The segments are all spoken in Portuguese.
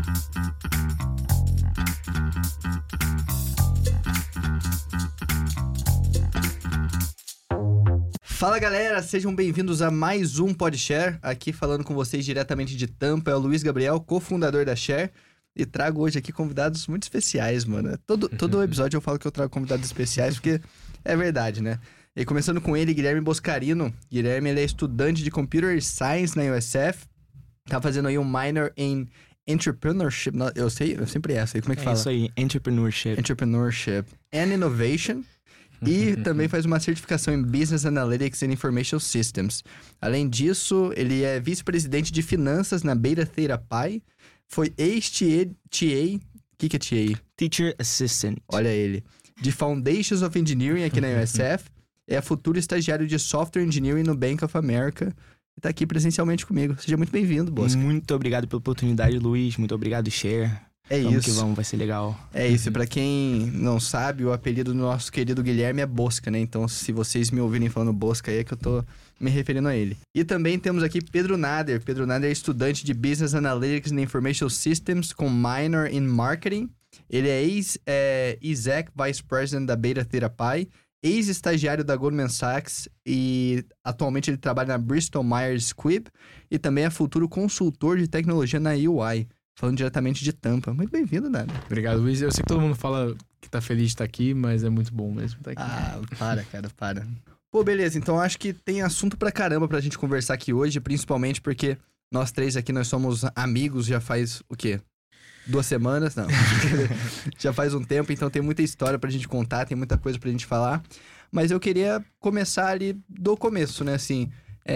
Fala galera, sejam bem-vindos a mais um PodShare. Aqui falando com vocês diretamente de Tampa, é o Luiz Gabriel, cofundador da Share. E trago hoje aqui convidados muito especiais, mano. Todo episódio eu falo que eu trago convidados especiais, porque é verdade, né? E começando com ele, Guilherme Boscarino. Guilherme, ele é estudante de Computer Science na USF. Tá fazendo aí um minor em Entrepreneurship. Eu sempre essa aí. Como é que fala? É isso aí, Entrepreneurship and Innovation. E também faz uma certificação em Business Analytics and Information Systems. Além disso, ele é vice-presidente de finanças na Beta Theta Pi. Foi ex-TA... O que é TA? Teacher Assistant. Olha ele. De Foundations of Engineering aqui na USF. É futuro estagiário de Software Engineering no Bank of America. E tá aqui presencialmente comigo. Seja muito bem-vindo, Bosca. Muito obrigado pela oportunidade, Luiz. Muito obrigado, Share. Vamos que vamos, vai ser legal. É isso, pra quem não sabe, o apelido do nosso querido Guilherme é Bosca, né? Então, se vocês me ouvirem falando Bosca aí, é que eu tô me referindo a ele. E também temos aqui Pedro Nader. Pedro Nader é estudante de Business Analytics and Information Systems com minor in Marketing. Ele é ex-Exec Vice President da Beta Theta Pi, ex-estagiário da Goldman Sachs e atualmente ele trabalha na Bristol Myers Squibb e também é futuro consultor de tecnologia na UI. Falando diretamente de Tampa. Muito bem-vindo, Nader. Obrigado, Luiz. Eu sei que todo mundo fala que tá feliz de estar aqui, mas é muito bom mesmo estar aqui. Ah, para. Pô, beleza. Então acho que tem assunto pra caramba pra gente conversar aqui hoje, principalmente porque nós três aqui, nós somos amigos já faz o quê? 2 semanas? Não. Já faz um tempo, então tem muita história pra gente contar, tem muita coisa pra gente falar. Mas eu queria começar ali do começo, né? Assim,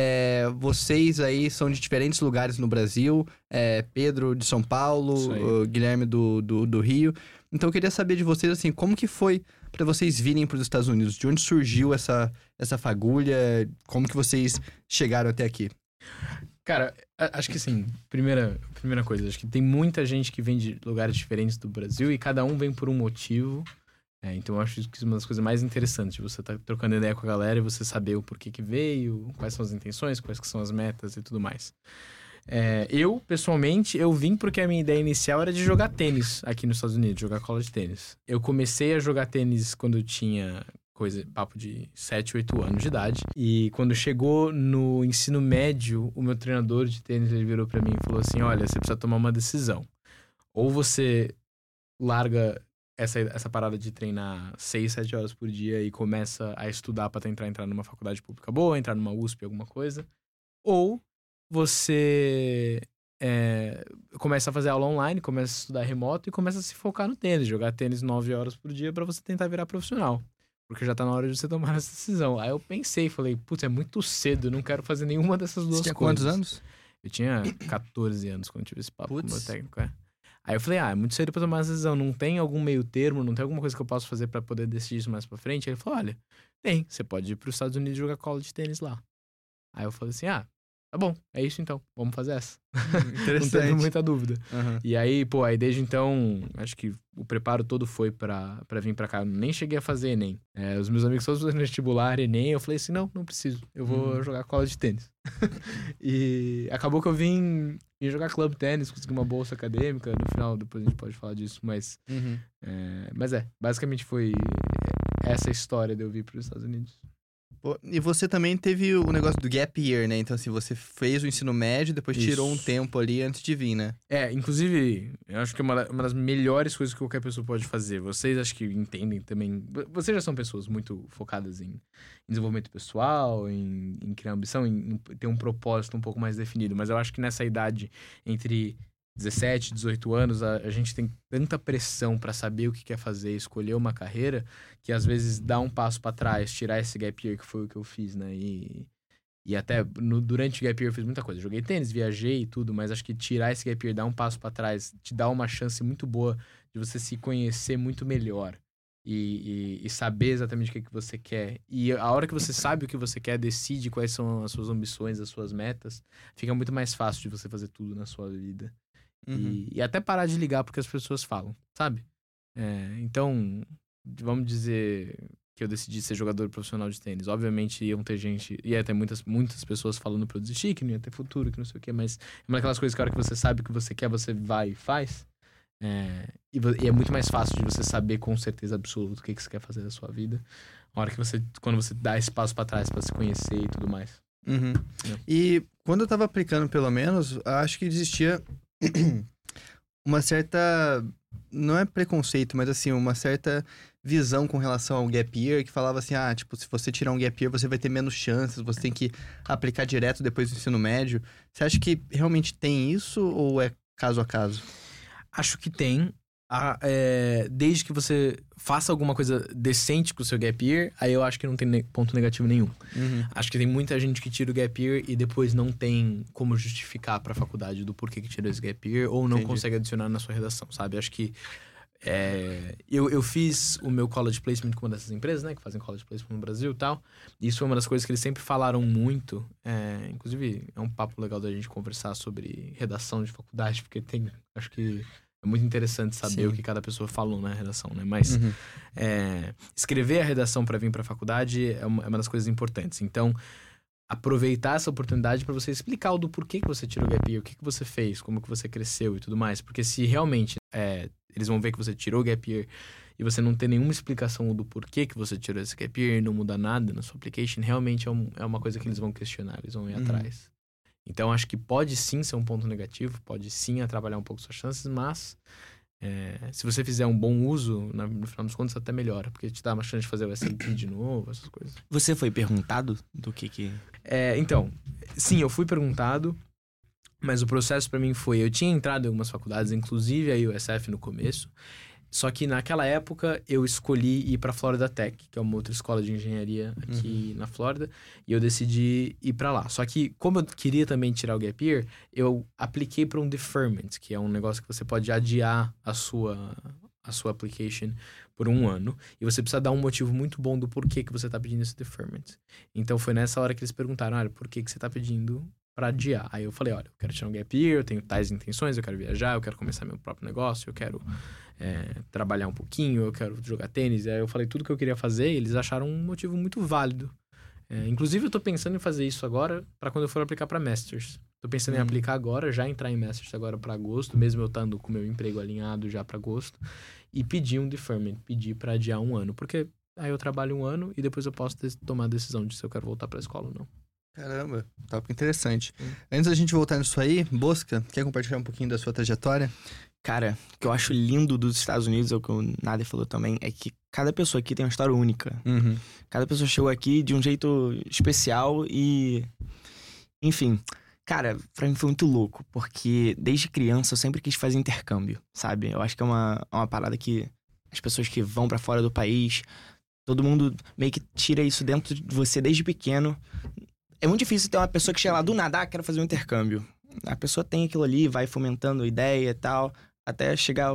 vocês aí são de diferentes lugares no Brasil. Pedro de São Paulo, Guilherme do Rio. Então eu queria saber de vocês, assim, como que foi pra vocês virem pros Estados Unidos? De onde surgiu essa fagulha? Como que vocês chegaram até aqui? Cara, acho que assim, primeira coisa, acho que tem muita gente que vem de lugares diferentes do Brasil e cada um vem por um motivo. Então eu acho que uma das coisas mais interessantes, você tá trocando ideia com a galera e você saber o porquê que veio, quais são as intenções, quais que são as metas e tudo mais. Eu, pessoalmente, eu vim porque a minha ideia inicial era de jogar tênis aqui nos Estados Unidos, jogar college tênis. Eu comecei a jogar tênis quando eu tinha papo de 7, 8 anos de idade. E quando chegou no ensino médio, o meu treinador de tênis, ele virou pra mim e falou assim, olha, você precisa tomar uma decisão. Ou você larga essa parada de treinar 6, 7 horas por dia e começa a estudar pra tentar entrar numa faculdade pública boa, entrar numa USP, alguma coisa. Ou você começa a fazer aula online, começa a estudar remoto e começa a se focar no tênis, jogar tênis 9 horas por dia pra você tentar virar profissional. Porque já tá na hora de você tomar essa decisão. Aí eu pensei, falei, putz, é muito cedo, eu não quero fazer nenhuma dessas duas coisas. Você tinha quantos anos? Eu tinha 14 anos quando tive esse papo com o meu técnico, Aí eu falei, é muito cedo pra tomar essa decisão, não tem algum meio termo, não tem alguma coisa que eu possa fazer pra poder decidir isso mais pra frente? Aí ele falou, olha, você pode ir pros Estados Unidos jogar college tênis lá. Aí eu falei assim, tá bom, é isso então, vamos fazer essa. Interessante. Não teve muita dúvida. Uhum. E aí, aí desde então, acho que o preparo todo foi pra vir pra cá. Eu nem cheguei a fazer Enem. Os meus amigos todos fazendo vestibular, Enem, eu falei assim, não preciso, eu vou jogar college de tênis. E acabou que eu vim jogar club tênis, consegui uma bolsa acadêmica, no final, depois a gente pode falar disso, mas... Mas basicamente foi essa história de eu vir pros Estados Unidos. Pô, e você também teve o negócio do gap year, né? Então, assim, você fez o ensino médio, depois tirou um tempo ali antes de vir, né? Inclusive, eu acho que é uma das melhores coisas que qualquer pessoa pode fazer. Vocês acho que entendem também. Vocês já são pessoas muito focadas em desenvolvimento pessoal, em criar ambição, em ter um propósito um pouco mais definido. Mas eu acho que nessa idade, entre 17, 18 anos, a gente tem tanta pressão pra saber o que quer fazer, escolher uma carreira, que às vezes dá um passo pra trás, tirar esse gap year, que foi o que eu fiz, né? E até durante o gap year eu fiz muita coisa. Joguei tênis, viajei e tudo, mas acho que tirar esse gap year, dar um passo pra trás, te dá uma chance muito boa de você se conhecer muito melhor. E saber exatamente o que você quer. E a hora que você sabe o que você quer, decide quais são as suas ambições, as suas metas, fica muito mais fácil de você fazer tudo na sua vida. E até parar de ligar porque as pessoas falam, sabe? Então, vamos dizer, que eu decidi ser jogador profissional de tênis. Obviamente ia ter muitas pessoas falando pra eu desistir, que não ia ter futuro, que não sei o quê, mas é uma daquelas coisas que a hora que você sabe o que você quer, você vai e faz. E é muito mais fácil de você saber com certeza absoluta o que você quer fazer da sua vida. Quando você dá esse passo pra trás pra se conhecer e tudo mais. Uhum. E quando eu tava aplicando, pelo menos, acho que existia uma certa... Não é preconceito, mas assim, uma certa visão com relação ao gap year, que falava assim, tipo, se você tirar um gap year, você vai ter menos chances, você tem que aplicar direto depois do ensino médio. Você acha que realmente tem isso ou é caso a caso? Acho que tem. Desde que você faça alguma coisa decente com o seu gap year, aí eu acho que não tem ponto negativo nenhum. Acho que tem muita gente que tira o gap year e depois não tem como justificar pra faculdade do porquê que tirou esse gap year, ou não consegue adicionar na sua redação, sabe? Acho que eu fiz o meu college placement com uma dessas empresas, né, que fazem college placement no Brasil e tal. E isso foi uma das coisas que eles sempre falaram muito. Inclusive, é um papo legal da gente conversar sobre redação de faculdade, porque acho que é muito interessante saber o que cada pessoa falou na redação, né? Mas escrever a redação para vir para a faculdade é uma das coisas importantes. Então, aproveitar essa oportunidade para você explicar do porquê que você tirou o gap year, o que você fez, como que você cresceu e tudo mais. Porque se realmente eles vão ver que você tirou o gap year e você não tem nenhuma explicação do porquê que você tirou esse gap year e não muda nada na sua application, realmente é uma coisa que eles vão questionar, eles vão ir atrás. Então, acho que pode sim ser um ponto negativo, pode sim atrapalhar um pouco suas chances, mas se você fizer um bom uso, no final dos contos até melhora, porque te dá uma chance de fazer o SAT de novo, essas coisas. Você foi perguntado do que... Então, sim, eu fui perguntado, mas o processo pra mim foi... Eu tinha entrado em algumas faculdades, inclusive a USF no começo, só que naquela época eu escolhi ir pra Florida Tech, que é uma outra escola de engenharia aqui na Flórida, e eu decidi ir pra lá. Só que como eu queria também tirar o gap year, eu apliquei pra um deferment, que é um negócio que você pode adiar a sua application por 1 ano, e você precisa dar um motivo muito bom do porquê que você tá pedindo esse deferment. Então foi nessa hora que eles perguntaram, olha, por que você tá pedindo pra adiar? Aí eu falei, olha, eu quero tirar um gap year, eu tenho tais intenções, eu quero viajar, eu quero começar meu próprio negócio, eu quero trabalhar um pouquinho, eu quero jogar tênis. Aí eu falei tudo que eu queria fazer e eles acharam um motivo muito válido. Inclusive eu tô pensando em fazer isso agora pra quando eu for aplicar pra Masters. Tô pensando em aplicar agora, já entrar em Masters agora pra agosto, mesmo eu estando com o meu emprego alinhado já pra agosto, e pedir um deferment, pedir pra adiar 1 ano, porque aí eu trabalho 1 ano e depois eu posso tomar a decisão de se eu quero voltar pra escola ou não. Caramba, top, interessante. Antes da gente voltar nisso aí, Bosca, quer compartilhar um pouquinho da sua trajetória? Cara, o que eu acho lindo dos Estados Unidos, é o que o Nader falou também, é que cada pessoa aqui tem uma história única. Cada pessoa chegou aqui de um jeito especial e... Enfim, cara, pra mim foi muito louco, porque desde criança eu sempre quis fazer intercâmbio, sabe? Eu acho que é uma parada que as pessoas que vão pra fora do país, todo mundo meio que tira isso dentro de você desde pequeno. É muito difícil ter uma pessoa que chega lá do nada, quero fazer um intercâmbio. A pessoa tem aquilo ali, vai fomentando a ideia e tal, até chegar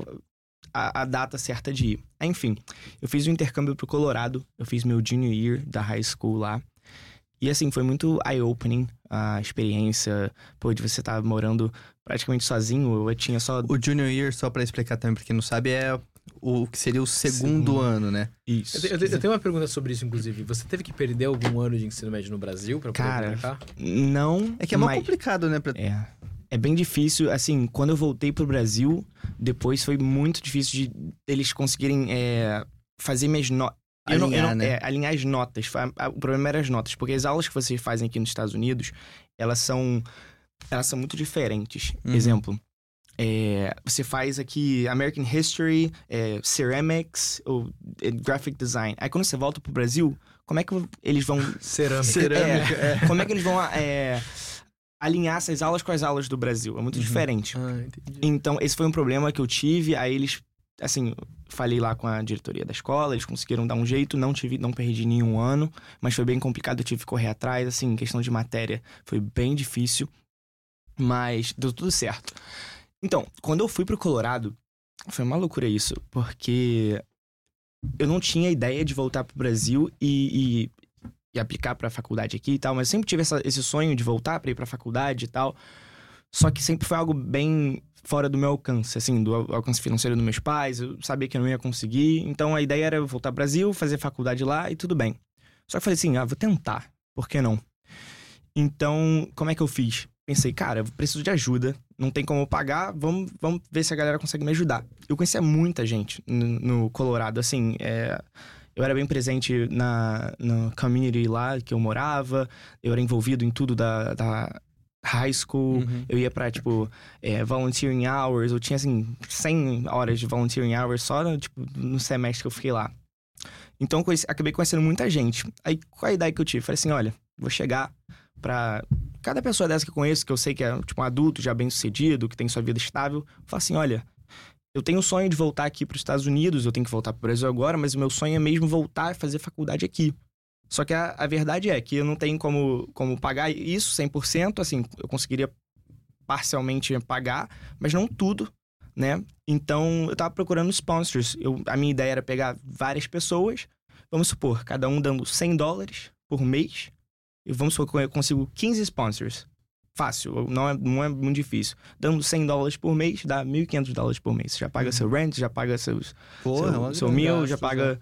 a data certa de ir. Enfim, eu fiz um intercâmbio pro Colorado, eu fiz meu junior year da high school lá. E assim, foi muito eye-opening a experiência, de você estar morando praticamente sozinho, eu tinha só... O junior year, só pra explicar também pra quem não sabe, é o que seria o segundo ano, né? Isso. Eu tenho uma pergunta sobre isso, inclusive. Você teve que perder algum ano de ensino médio no Brasil pra poder vir pra cá? Não. É que é mais complicado, né? É bem difícil. Assim, quando eu voltei pro Brasil, depois foi muito difícil de eles conseguirem fazer minhas notas. Alinhar as notas. O problema era as notas, porque as aulas que vocês fazem aqui nos Estados Unidos, elas são muito diferentes. Exemplo, você faz aqui American History, Ceramics ou Graphic Design. Aí quando você volta pro Brasil, como é que eles vão... Cerâmica. Como é que eles vão alinhar essas aulas com as aulas do Brasil? É muito diferente. Entendi. Então, esse foi um problema que eu tive. Aí eles, assim, falei lá com a diretoria da escola, eles conseguiram dar um jeito, não perdi nenhum ano, mas foi bem complicado, eu tive que correr atrás, assim, questão de matéria foi bem difícil, mas deu tudo certo. Então, quando eu fui pro Colorado, foi uma loucura isso, porque eu não tinha ideia de voltar pro Brasil e aplicar pra faculdade aqui e tal, mas eu sempre tive esse sonho de voltar pra ir pra faculdade e tal. Só que sempre foi algo bem fora do meu alcance, assim, do alcance financeiro dos meus pais. Eu sabia que eu não ia conseguir. Então, a ideia era voltar ao Brasil, fazer faculdade lá e tudo bem. Só que eu falei assim, vou tentar. Por que não? Então, como é que eu fiz? Pensei, cara, eu preciso de ajuda. Não tem como eu pagar, vamos ver se a galera consegue me ajudar. Eu conhecia muita gente no Colorado, assim, eu era bem presente na community lá que eu morava. Eu era envolvido em tudo da high school. Eu ia pra, tipo, volunteering hours. Eu tinha, assim, 100 horas de volunteering hours só, no semestre que eu fiquei lá. Então, acabei conhecendo muita gente. Aí, qual a ideia que eu tive? Falei assim, olha, vou chegar pra cada pessoa dessa que eu conheço, que eu sei que é, tipo, um adulto já bem-sucedido, que tem sua vida estável. Falo assim, olha, eu tenho o sonho de voltar aqui pros Estados Unidos, eu tenho que voltar pro Brasil agora, mas o meu sonho é mesmo voltar e fazer faculdade aqui. Só que a verdade é que eu não tenho como pagar isso 100%, assim, eu conseguiria parcialmente pagar, mas não tudo, né? Então, eu tava procurando sponsors. A minha ideia era pegar várias pessoas, vamos supor, cada um dando $100 por mês, e vamos supor que eu consigo 15 sponsors. Fácil, não é muito difícil. Dando $100 por mês, dá $1.500 por mês. Você já paga seu rent, já paga seu meal, já paga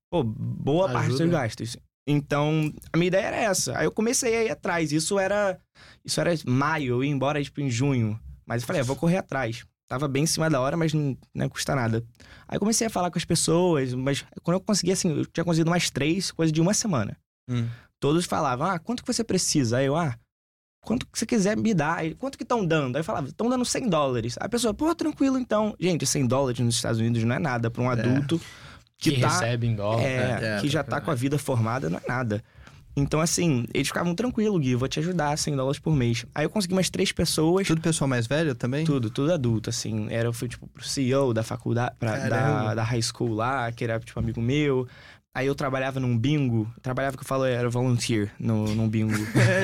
boa parte dos seus gastos. Então, a minha ideia era essa. Aí eu comecei a ir atrás. Isso era maio, eu ia embora tipo, em junho. Mas eu falei, vou correr atrás. Tava bem em cima da hora, mas não custa nada. Aí eu comecei a falar com as pessoas, mas quando eu consegui, assim, eu tinha conseguido mais 3, coisa de uma semana. Todos falavam, quanto que você precisa? Aí eu, quanto que você quiser me dar? Aí, quanto que estão dando? Aí eu falava, estão dando $100. Aí a pessoa, tranquilo então. Gente, $100 nos Estados Unidos não é nada para um adulto que recebe em dólar. Que já tá com a vida formada, não é nada. Então, assim, eles ficavam tranquilos, Gui, vou te ajudar, $100 por mês. Aí eu consegui mais 3 pessoas. Tudo pessoal mais velho também? Tudo adulto, assim. Eu fui, tipo, pro CEO da faculdade, da high school lá, que era, tipo, amigo meu. Aí eu trabalhava num bingo. Trabalhava, que eu falo, era volunteer num bingo.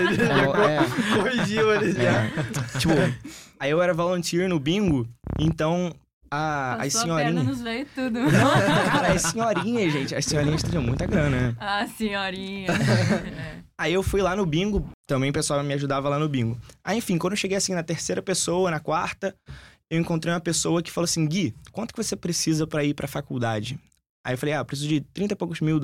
Corrigiu ele já. Tipo, aí eu era volunteer no bingo, então as senhorinhas... perna nos veio tudo. Não, cara, as senhorinhas, gente. As senhorinhas tinham muita grana, né? Senhorinha. Aí eu fui lá no bingo, também o pessoal me ajudava lá no bingo. Aí, enfim, quando eu cheguei assim na terceira pessoa, na quarta, eu encontrei uma pessoa que falou assim, Gui, quanto que você precisa pra ir pra faculdade? Aí eu falei, eu preciso de $30 e poucos mil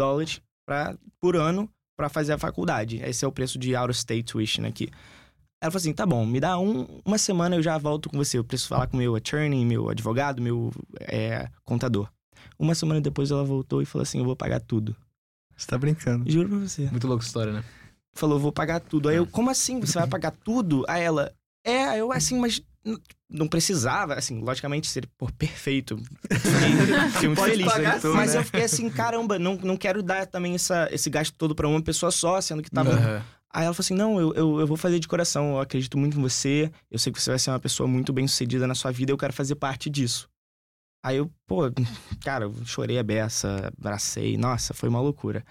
por ano pra fazer a faculdade. Esse é o preço de out-of-state tuition aqui. Ela falou assim, tá bom, me dá uma semana, eu já volto com você. Eu preciso falar com meu attorney, meu advogado, meu contador. Uma semana depois ela voltou e falou assim, eu vou pagar tudo. Você tá brincando. Juro pra você. Muito louca a história, né? Falou, vou pagar tudo. Aí eu, como assim? Você vai pagar tudo? Aí ela, eu assim, mas não precisava, assim, logicamente seria perfeito. Fiquei muito feliz. Pagar tudo, mas né? eu fiquei assim, caramba, não quero dar também esse gasto todo pra uma pessoa só, sendo que tava... Aí ela falou assim, não, eu vou fazer de coração, eu acredito muito em você, eu sei que você vai ser uma pessoa muito bem-sucedida na sua vida, eu quero fazer parte disso. Aí eu, cara, eu chorei a beça, abracei, nossa, foi uma loucura.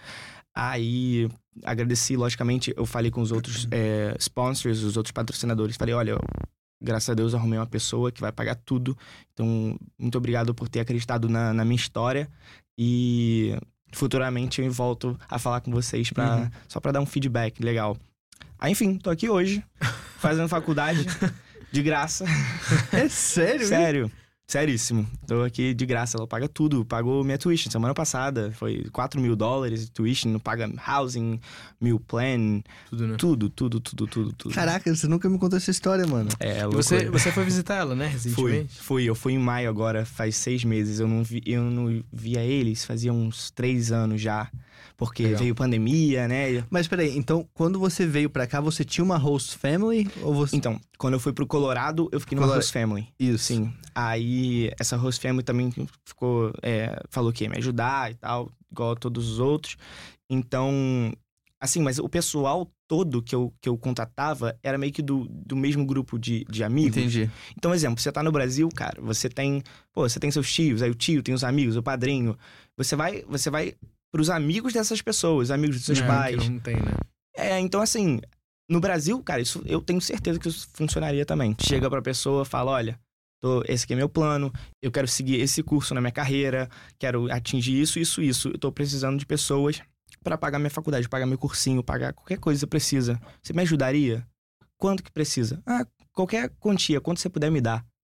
Aí, agradeci, logicamente, eu falei com os outros sponsors, os outros patrocinadores, falei, olha, graças a Deus arrumei uma pessoa que vai pagar tudo, então, muito obrigado por ter acreditado na minha história e... Futuramente eu volto a falar com vocês só pra dar um feedback legal. Aí, enfim, tô aqui hoje, fazendo faculdade, de graça. É sério? Sério. Seríssimo. Tô aqui de graça, ela paga tudo. Pagou minha tuition semana passada. Foi $4 mil de tuition. Não paga housing, meal plan. Tudo, né? Tudo. Caraca, você nunca me contou essa história, mano. Você foi visitar ela, né, recentemente? Fui. Eu fui em maio agora, faz 6 meses. Eu não via eles, fazia uns 3 anos já. Porque veio pandemia, né? Mas peraí, então, quando você veio pra cá, você tinha uma host family? Ou você... Então, quando eu fui pro Colorado, eu fiquei numa host family. Isso. Sim. Aí, essa host family também ficou... falou que ia me ajudar e tal, igual a todos os outros. Então, assim, mas o pessoal todo que eu contatava era meio que do mesmo grupo de amigos. Entendi. Então, exemplo, você tá no Brasil, cara, você tem seus tios, aí o tio tem os amigos, o padrinho. Você vai pros amigos dessas pessoas, amigos dos seus pais. Que não tem, né? Então assim, no Brasil, cara, isso eu tenho certeza que isso funcionaria também. Chega pra pessoa, fala, olha, esse aqui é meu plano, eu quero seguir esse curso na minha carreira, quero atingir isso. Eu tô precisando de pessoas pra pagar minha faculdade, pagar meu cursinho, pagar qualquer coisa que você precisa. Você me ajudaria? Quanto que precisa? Qualquer quantia, quanto você puder me dar.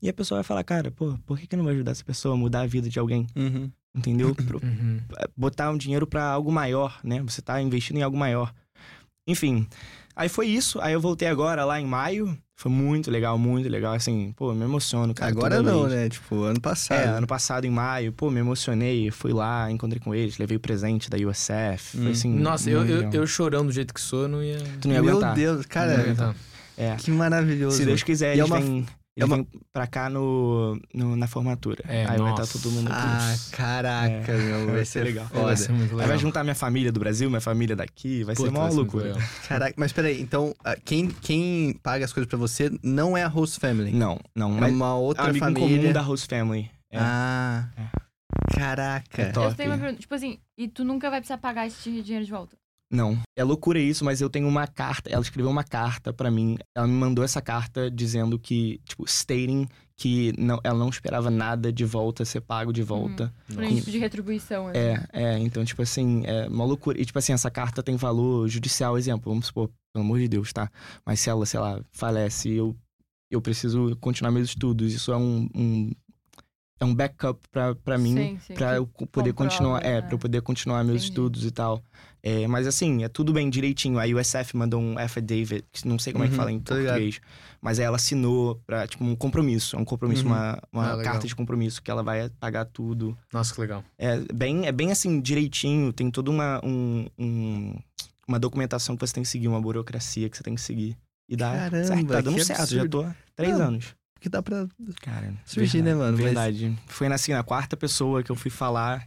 E a pessoa vai falar, cara, pô, por que eu não vou ajudar essa pessoa a mudar a vida de alguém? Entendeu? Botar um dinheiro pra algo maior, né? Você tá investindo em algo maior. Enfim, aí foi isso. Aí eu voltei agora, lá em maio. Foi muito legal, assim. Pô, me emociono, cara. Agora não, né? Tipo, ano passado. Ano passado, em maio. Pô, me emocionei. Fui lá, encontrei com eles. Levei o presente da USF. Foi assim... Nossa, eu chorando do jeito que sou, eu não ia... Tu não ia aguentar. Meu Deus, cara. Que maravilhoso. Se Deus quiser, eles vêm pra cá na formatura. Aí vai estar todo mundo aqui. Caraca, meu. Vai ser legal. Vai ser muito legal. Aí vai juntar minha família do Brasil, minha família daqui. Vai ser uma loucura. Caraca, mas peraí. Então, quem paga as coisas pra você não é a Host Family? Não. É uma outra amigo família. comum da Host Family. Caraca. É top. Eu tenho uma pergunta. Tipo assim, e tu nunca vai precisar pagar esse dinheiro de volta? Não. É loucura isso, mas eu tenho uma carta. Ela escreveu uma carta pra mim. Ela me mandou essa carta dizendo que, tipo, stating que ela não esperava nada de volta, ser pago de volta. Por um tipo de retribuição. Assim. Então, tipo assim, é uma loucura. E, tipo assim, essa carta tem valor judicial, exemplo. Vamos supor, pelo amor de Deus, tá? Mas se ela, sei lá, falece e eu preciso continuar meus estudos, isso é um backup pra mim, sim, pra eu poder continuar, pra eu poder continuar meus estudos e tal. Mas assim, é tudo bem direitinho. A USF mandou um affidavit, que não sei como é que fala em português, mas aí ela assinou pra, tipo, um compromisso. uma carta de compromisso que ela vai pagar tudo. Nossa, que legal. É bem assim, direitinho, tem toda uma documentação que você tem que seguir, uma burocracia que você tem que seguir. E dá certo, tá dando certo, já tô há 3 anos. Que dá pra surgir, né, mano? Verdade. Mas... Foi assim, na 4ª pessoa que eu fui falar.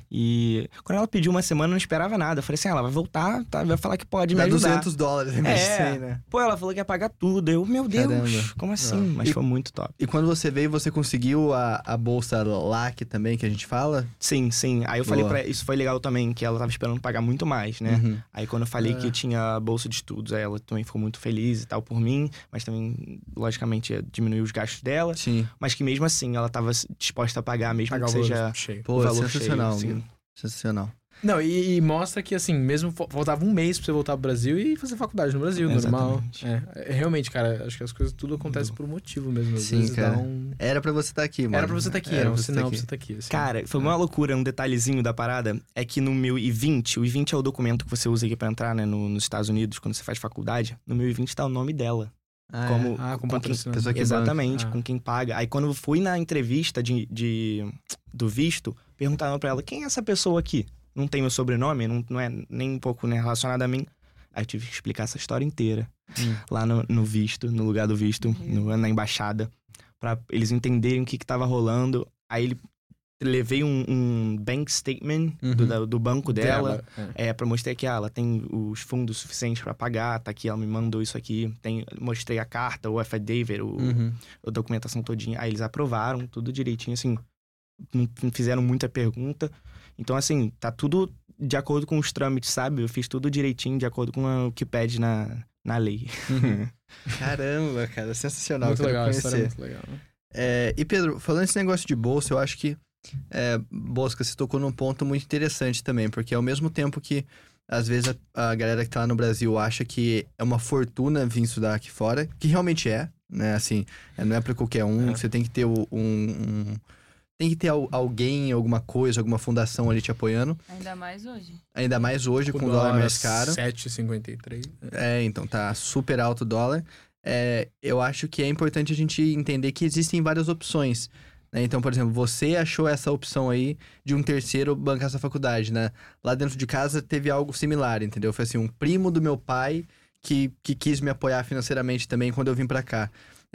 E quando ela pediu uma semana, eu não esperava nada. Eu falei assim, ela vai voltar, tá? Vai falar que pode me ajudar. $200, né? Pô, ela falou que ia pagar tudo. Eu, meu Deus, caramba. como assim? Mas foi muito top. E quando você veio, você conseguiu a bolsa LAC também, que a gente fala? Sim. Aí eu falei pra ela, isso foi legal também, que ela tava esperando pagar muito mais, né? Aí quando eu falei que tinha bolsa de estudos, aí ela também ficou muito feliz e tal por mim. Mas também, logicamente, diminuiu os gastos dela. Sim. Mas que mesmo assim, ela tava disposta a pagar, mesmo que seja o valor sensacional, cheio. Sensacional. Não, e mostra que, assim, mesmo faltava um mês pra você voltar pro Brasil e fazer faculdade no Brasil, normal. Realmente, cara, acho que as coisas tudo acontecem por um motivo mesmo. Sim, cara. Era pra você estar aqui, mano. Era pra você estar aqui, era um sinal pra você estar aqui. Assim. Cara, foi uma loucura, um detalhezinho da parada, é que no meu I-20, o I-20 é o documento que você usa aqui pra entrar, né, nos Estados Unidos, quando você faz faculdade, no meu I-20 tá o nome dela. Com patrocinador. Exatamente, com quem paga. Aí quando eu fui na entrevista do visto, perguntaram pra ela, quem é essa pessoa aqui? Não tem meu sobrenome, não é nem um pouco, né, relacionado a mim. Aí eu tive que explicar essa história inteira. Lá no visto, no lugar do visto, na embaixada. Pra eles entenderem o que tava rolando. Aí levei um bank statement do banco dela. Pra mostrar que ela tem os fundos suficientes pra pagar. Tá aqui, ela me mandou isso aqui. Mostrei a carta, o affidavit, a documentação todinha. Aí eles aprovaram tudo direitinho, assim. Não fizeram muita pergunta. Então, assim, tá tudo de acordo com os trâmites, sabe? Eu fiz tudo direitinho, de acordo com o que pede na lei. Caramba, cara, sensacional. Muito legal, a história é muito legal. E Pedro, falando esse negócio de bolsa, eu acho que Bosca, você tocou num ponto muito interessante também, porque ao mesmo tempo que às vezes a galera que tá lá no Brasil acha que é uma fortuna vir estudar aqui fora, que realmente né? Assim, não é pra qualquer um, você tem que ter tem que ter alguém, alguma coisa, alguma fundação ali te apoiando. Ainda mais hoje. Ainda mais hoje, com o dólar mais caro. 7,53. Então tá super alto o dólar. Eu acho que é importante a gente entender que existem várias opções. Né? Então, por exemplo, você achou essa opção aí de um terceiro bancar essa faculdade, né? Lá dentro de casa teve algo similar, entendeu? Foi assim, um primo do meu pai que quis me apoiar financeiramente também quando eu vim pra cá.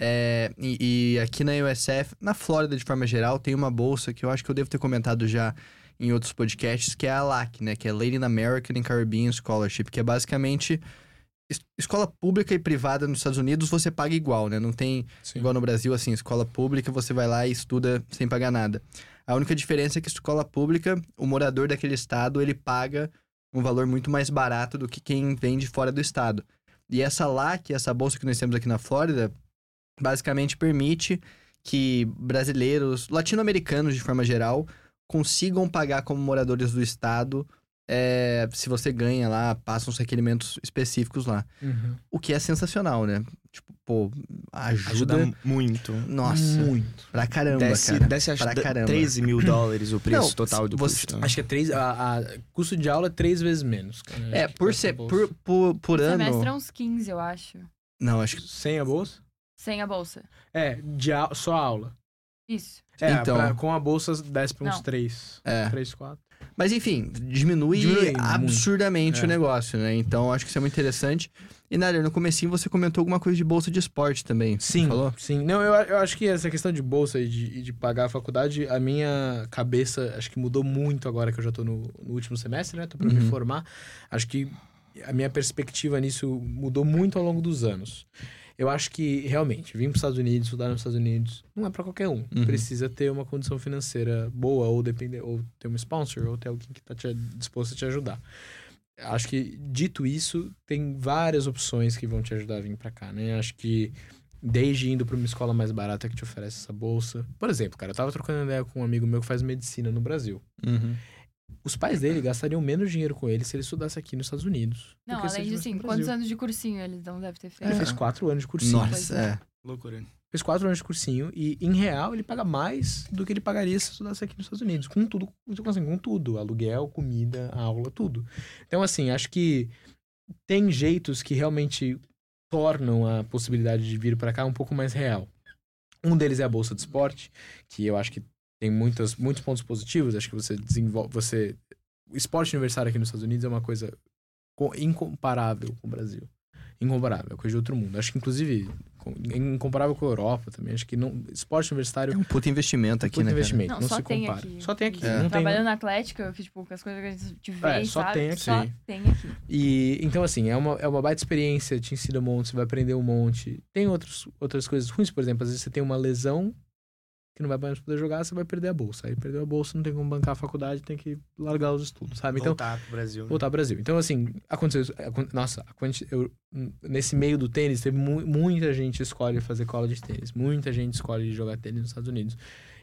E aqui na USF, na Flórida de forma geral, tem uma bolsa que eu acho que eu devo ter comentado já em outros podcasts, que é a LAC, né? Que é Latin American and Caribbean Scholarship, que é basicamente escola pública e privada nos Estados Unidos, você paga igual, né? Não tem, igual no Brasil, assim, escola pública, você vai lá e estuda sem pagar nada. A única diferença é que escola pública, o morador daquele estado, ele paga um valor muito mais barato do que quem vem de fora do estado. E essa LAC, essa bolsa que nós temos aqui na Flórida, basicamente permite que brasileiros, latino-americanos de forma geral, consigam pagar como moradores do estado se você ganha lá, passam os requerimentos específicos lá. O que é sensacional, né? Tipo, pô, ajuda muito. Nossa, Muito. pra caramba, Desce cara. Pra caramba. $13 mil o preço Não, total do custo. Acho que custo de aula é 3 vezes menos. Cara. Por ano... Semestre é uns 15, eu acho. Não, acho que... Sem a bolsa? Sem a bolsa. Só a aula. Isso. Então. Com a bolsa desce pra uns Não. 3. É. 3, 4. Mas enfim, diminui muito. absurdamente o É. negócio, né? Então acho que isso é muito interessante. E Nader, no comecinho você comentou alguma coisa de bolsa de esporte também. Sim, Você falou? sim. Não, eu acho que essa questão de bolsa e de pagar a faculdade, a minha cabeça acho que mudou muito agora que eu já tô no último semestre, né? Tô pra me formar. Acho que a minha perspectiva nisso mudou muito ao longo dos anos. Eu acho que, realmente, vir para os Estados Unidos, estudar nos Estados Unidos, não é para qualquer um. Precisa ter uma condição financeira boa, ou ter um sponsor, ou ter alguém que está disposto a te ajudar. Acho que, dito isso, tem várias opções que vão te ajudar a vir para cá, né? Acho que, desde indo para uma escola mais barata que te oferece essa bolsa... Por exemplo, cara, eu tava trocando ideia com um amigo meu que faz medicina no Brasil. Os pais dele gastariam menos dinheiro com ele se ele estudasse aqui nos Estados Unidos. Não, do que se além ele disso, estivesse no quantos Brasil. anos de cursinho eles não devem ter feito? Ele fez 4 anos de cursinho. Nossa, Loucura. Fez 4 anos de cursinho e, em real, ele paga mais do que ele pagaria se estudasse aqui nos Estados Unidos. Com tudo, com tudo. Aluguel, comida, aula, tudo. Então, assim, acho que tem jeitos que realmente tornam a possibilidade de vir pra cá um pouco mais real. Um deles é a Bolsa de Esporte, que eu acho que tem muitos pontos positivos. Acho que você desenvolve... O esporte universitário aqui nos Estados Unidos é uma coisa incomparável com o Brasil. Incomparável, é coisa de outro mundo. Acho que, inclusive, incomparável com a Europa também. Acho que esporte universitário é um puto investimento aqui, né, investimento, Não, não só se tem compara. aqui. Só tem aqui. É. Não tem, Trabalhando na Atlética, que, tipo, com as coisas que a gente vê, só sabe? tem aqui. Só tem aqui. E, então, assim, é uma baita experiência, te ensina um monte, você vai aprender um monte. Tem outras coisas ruins, por exemplo, às vezes você tem uma lesão que não vai mais poder jogar, você vai perder a bolsa. Aí perdeu a bolsa, não tem como bancar a faculdade, tem que largar os estudos, sabe? Então, Voltar pro Brasil. Né? voltar ao Brasil. Então, assim, aconteceu isso. Nossa, nesse meio do tênis, teve muita gente escolhe fazer college de tênis. Muita gente escolhe jogar tênis nos Estados Unidos.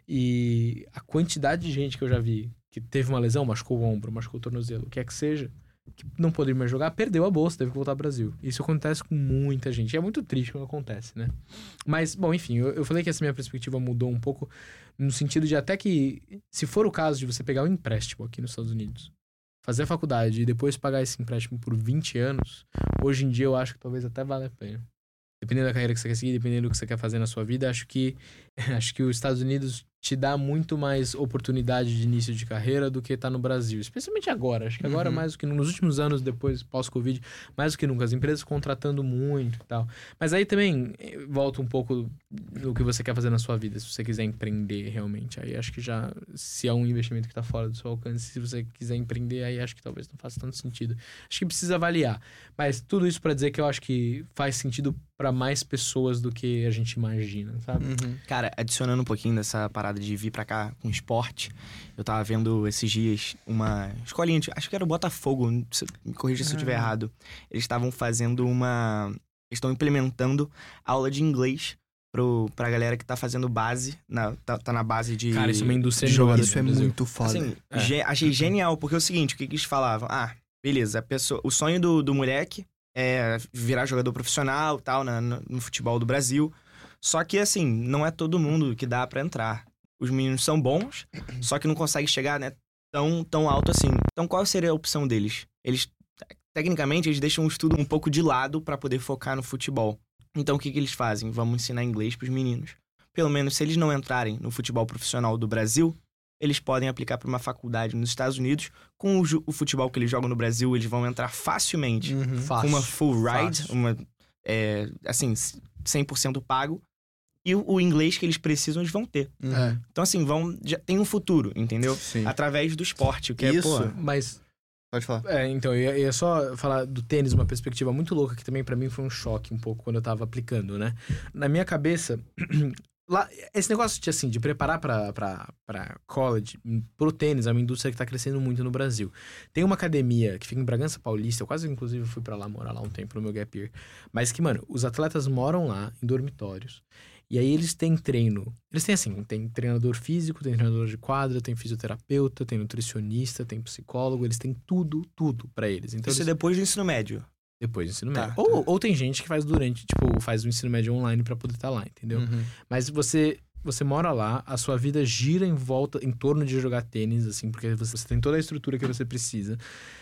E a quantidade de gente que eu já vi que teve uma lesão, machucou o ombro, machucou o tornozelo, o que é que seja, que não poderia mais jogar, perdeu a bolsa, teve que voltar ao Brasil. Isso acontece com muita gente. E é muito triste quando acontece, né? Mas, bom, enfim, eu falei que essa minha perspectiva mudou um pouco no sentido de até que, se for o caso de você pegar um empréstimo aqui nos Estados Unidos, fazer a faculdade e depois pagar esse empréstimo por 20 anos, hoje em dia eu acho que talvez até vale a pena. Dependendo da carreira que você quer seguir, dependendo do que você quer fazer na sua vida, acho que os Estados Unidos te dá muito mais oportunidade de início de carreira do que tá no Brasil. Especialmente agora. Acho que agora, mais do que nos últimos anos, depois, pós-Covid, mais do que nunca. As empresas contratando muito e tal. Mas aí também volta um pouco do que você quer fazer na sua vida. Se você quiser empreender realmente. Aí acho que já, se é um investimento que tá fora do seu alcance, se você quiser empreender, aí acho que talvez não faça tanto sentido. Acho que precisa avaliar. Mas tudo isso pra dizer que eu acho que faz sentido pra mais pessoas do que a gente imagina, sabe? Cara, adicionando um pouquinho dessa parada de vir pra cá com esporte, eu tava vendo esses dias uma escolinha, acho que era o Botafogo, me corrija se eu estiver errado. Eles estavam fazendo eles estão implementando aula de inglês pra galera que tá fazendo base, tá na base de... Cara, isso é uma indústria de jogador. Isso é muito foda. Assim, achei genial, porque é o seguinte, o que eles falavam? Ah, beleza, o sonho do moleque é virar jogador profissional, tal, no futebol do Brasil. Só que, assim, não é todo mundo que dá pra entrar. Os meninos são bons, só que não conseguem chegar, né, tão alto assim. Então, qual seria a opção deles? Tecnicamente, eles deixam o estudo um pouco de lado pra poder focar no futebol. Então, o que eles fazem? Vamos ensinar inglês pros meninos. Pelo menos, se eles não entrarem no futebol profissional do Brasil, eles podem aplicar pra uma faculdade nos Estados Unidos. Com o futebol que eles jogam no Brasil, eles vão entrar facilmente. Com uma full ride, assim, 100% pago. E o inglês que eles precisam, eles vão ter. Então, assim, já tem um futuro, entendeu? Sim. Através do esporte, o que Isso. é, pô... Mas... Pode falar. Então, eu ia só falar do tênis, uma perspectiva muito louca, que também pra mim foi um choque um pouco quando eu tava aplicando, né? Na minha cabeça, lá, esse negócio de preparar pra college, pro tênis, é uma indústria que tá crescendo muito no Brasil. Tem uma academia que fica em Bragança Paulista, eu quase, inclusive, fui pra lá, morar lá um tempo no meu gap year, mas que, mano, os atletas moram lá, em dormitórios, E aí eles têm treino. Eles têm assim, tem treinador físico, tem treinador de quadra, tem fisioterapeuta, tem nutricionista, tem psicólogo, eles têm tudo pra eles. Então, Isso é depois do ensino médio. depois do ensino Tá, médio. tá. Ou tem gente que faz durante, tipo, faz o ensino médio online pra poder estar lá, entendeu? Mas você mora lá, a sua vida gira em torno de jogar tênis, assim, porque você tem toda a estrutura que você precisa.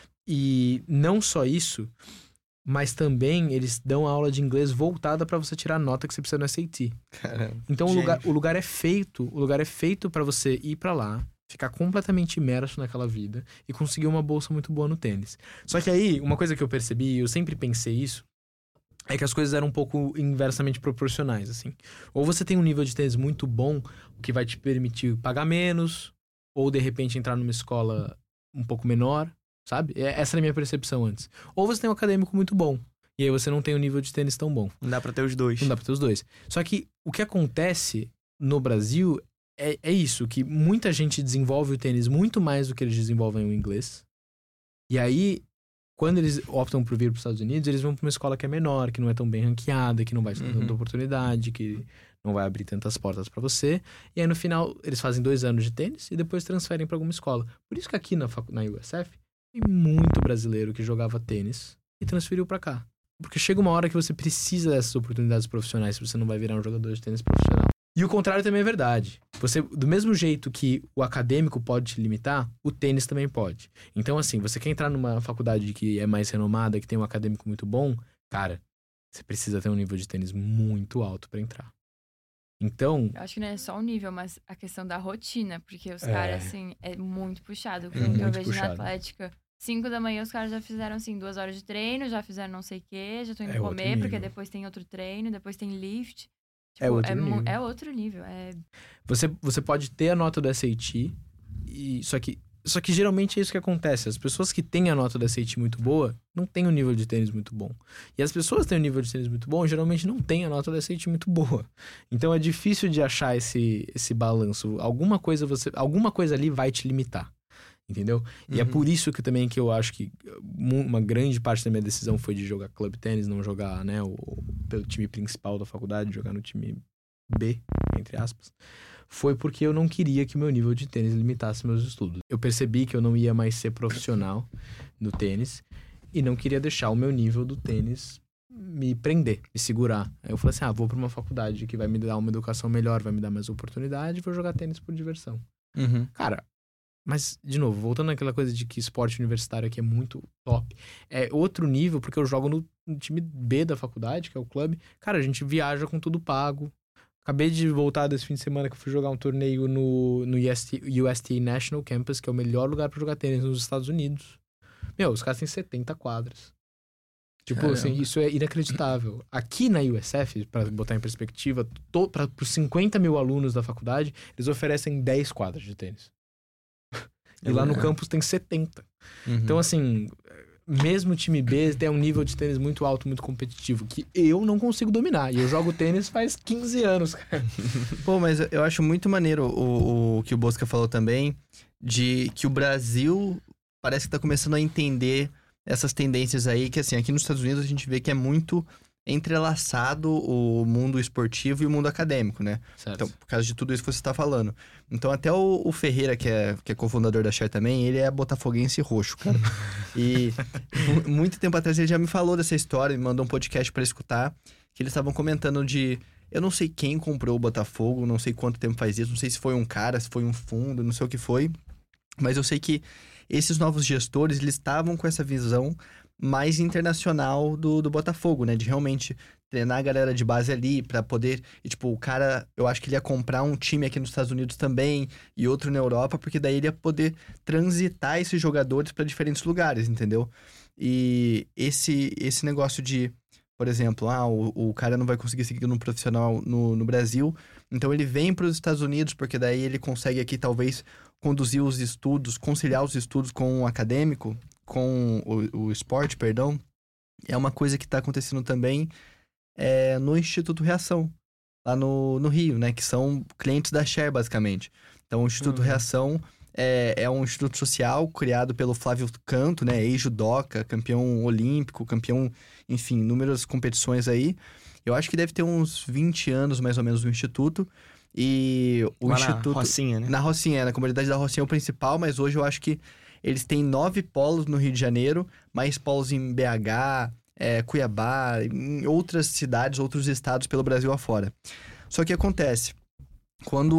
E não só isso, mas também eles dão aula de inglês voltada pra você tirar a nota que você precisa no SAT. Caramba. Então Gente. o lugar é feito para você ir pra lá, ficar completamente imerso naquela vida e conseguir uma bolsa muito boa no tênis. Só que aí, uma coisa que eu percebi, e eu sempre pensei isso, é que as coisas eram um pouco inversamente proporcionais, assim. Ou você tem um nível de tênis muito bom, o que vai te permitir pagar menos, ou de repente entrar numa escola um pouco menor, sabe? Essa era a minha percepção antes. Ou você tem um acadêmico muito bom, e aí você não tem um nível de tênis tão bom. Não dá pra ter os dois. Não dá pra ter os dois. Só que o que acontece no Brasil é isso, que muita gente desenvolve o tênis muito mais do que eles desenvolvem o inglês. E aí, quando eles optam por vir para os Estados Unidos, eles vão para uma escola que é menor, que não é tão bem ranqueada, que não vai te dar tanta oportunidade, que não vai abrir tantas portas para você. E aí, no final, eles fazem 2 anos de tênis e depois transferem para alguma escola. Por isso que aqui na USF tem muito brasileiro que jogava tênis e transferiu para cá. Porque chega uma hora que você precisa dessas oportunidades profissionais, se você não vai virar um jogador de tênis profissional. E o contrário também é verdade. Você, do mesmo jeito que o acadêmico pode te limitar, o tênis também pode. Então, assim, você quer entrar numa faculdade que é mais renomada, que tem um acadêmico muito bom, cara, você precisa ter um nível de tênis muito alto pra entrar. Então... Eu acho que não é só o nível, mas a questão da rotina. Porque os caras, assim, é muito puxado. O que muito eu vejo puxado. na Atlética, 5 da manhã os caras já fizeram, assim, 2 horas de treino, já fizeram não sei o quê, já estão indo É outro comer, porque nível. depois tem outro treino, depois tem lift. É outro nível. É outro nível. Você pode ter a nota do SAT, só que geralmente é isso que acontece. As pessoas que têm a nota do SAT muito boa, não têm um nível de tênis muito bom. E as pessoas que têm um nível de tênis muito bom, geralmente não têm a nota do SAT muito boa. Então é difícil de achar esse balanço. Alguma coisa ali vai te limitar. Entendeu? E é por isso que eu acho que uma grande parte da minha decisão foi de jogar club tênis, não jogar, né, pelo time principal da faculdade, jogar no time B, entre aspas. Foi porque eu não queria que o meu nível de tênis limitasse meus estudos. Eu percebi que eu não ia mais ser profissional no tênis e não queria deixar o meu nível do tênis me prender, me segurar. Aí eu falei assim, vou pra uma faculdade que vai me dar uma educação melhor, vai me dar mais oportunidade, vou jogar tênis por diversão. Cara, mas, de novo, voltando àquela coisa de que esporte universitário aqui é muito top. É outro nível, porque eu jogo no time B da faculdade, que é o clube. Cara, a gente viaja com tudo pago. Acabei de voltar desse fim de semana que eu fui jogar um torneio no USTA National Campus, que é o melhor lugar pra jogar tênis nos Estados Unidos. Meu, os caras têm 70 quadras. Tipo, assim, isso é inacreditável. Aqui na USF, pra botar em perspectiva, pros 50 mil alunos da faculdade, eles oferecem 10 quadras de tênis. E lá no campus tem 70. Então, assim, mesmo o time B tem um nível de tênis muito alto, muito competitivo, que eu não consigo dominar. E eu jogo tênis faz 15 anos, cara. Pô, mas eu acho muito maneiro o que o Bosca falou também, de que o Brasil parece que tá começando a entender essas tendências aí, que assim, aqui nos Estados Unidos a gente vê que é muito entrelaçado o mundo esportivo e o mundo acadêmico, né? Certo. Então, por causa de tudo isso que você tá falando. Então, até o Ferreira, que é cofundador da Share também, ele é botafoguense roxo, cara. E muito tempo atrás ele já me falou dessa história, me mandou um podcast pra escutar, que eles estavam comentando de... Eu não sei quem comprou o Botafogo, não sei quanto tempo faz isso, não sei se foi um cara, se foi um fundo, não sei o que foi. Mas eu sei que esses novos gestores, eles estavam com essa visão mais internacional do Botafogo, né? De realmente treinar a galera de base ali pra poder... E, tipo, o cara, eu acho que ele ia comprar um time aqui nos Estados Unidos também e outro na Europa, porque daí ele ia poder transitar esses jogadores pra diferentes lugares, entendeu? E esse negócio de, por exemplo, o cara não vai conseguir seguir no profissional no Brasil, então ele vem pros Estados Unidos, porque daí ele consegue aqui, talvez, conduzir os estudos, conciliar os estudos com o acadêmico, com o esporte, perdão. É uma coisa que tá acontecendo também no Instituto Reação, lá no Rio, né? Que são clientes da Share, basicamente. Então, o Instituto Reação é um instituto social criado pelo Flávio Canto, né? Ex-judoca, campeão olímpico, campeão, enfim, inúmeras competições aí. Eu acho que deve ter uns 20 anos, mais ou menos, o Instituto. E o Lá Instituto... na Rocinha, né? Na Rocinha, na comunidade da Rocinha é o principal, mas hoje eu acho que eles têm 9 polos no Rio de Janeiro, mais polos em BH, Cuiabá, em outras cidades, outros estados pelo Brasil afora. Só que acontece, quando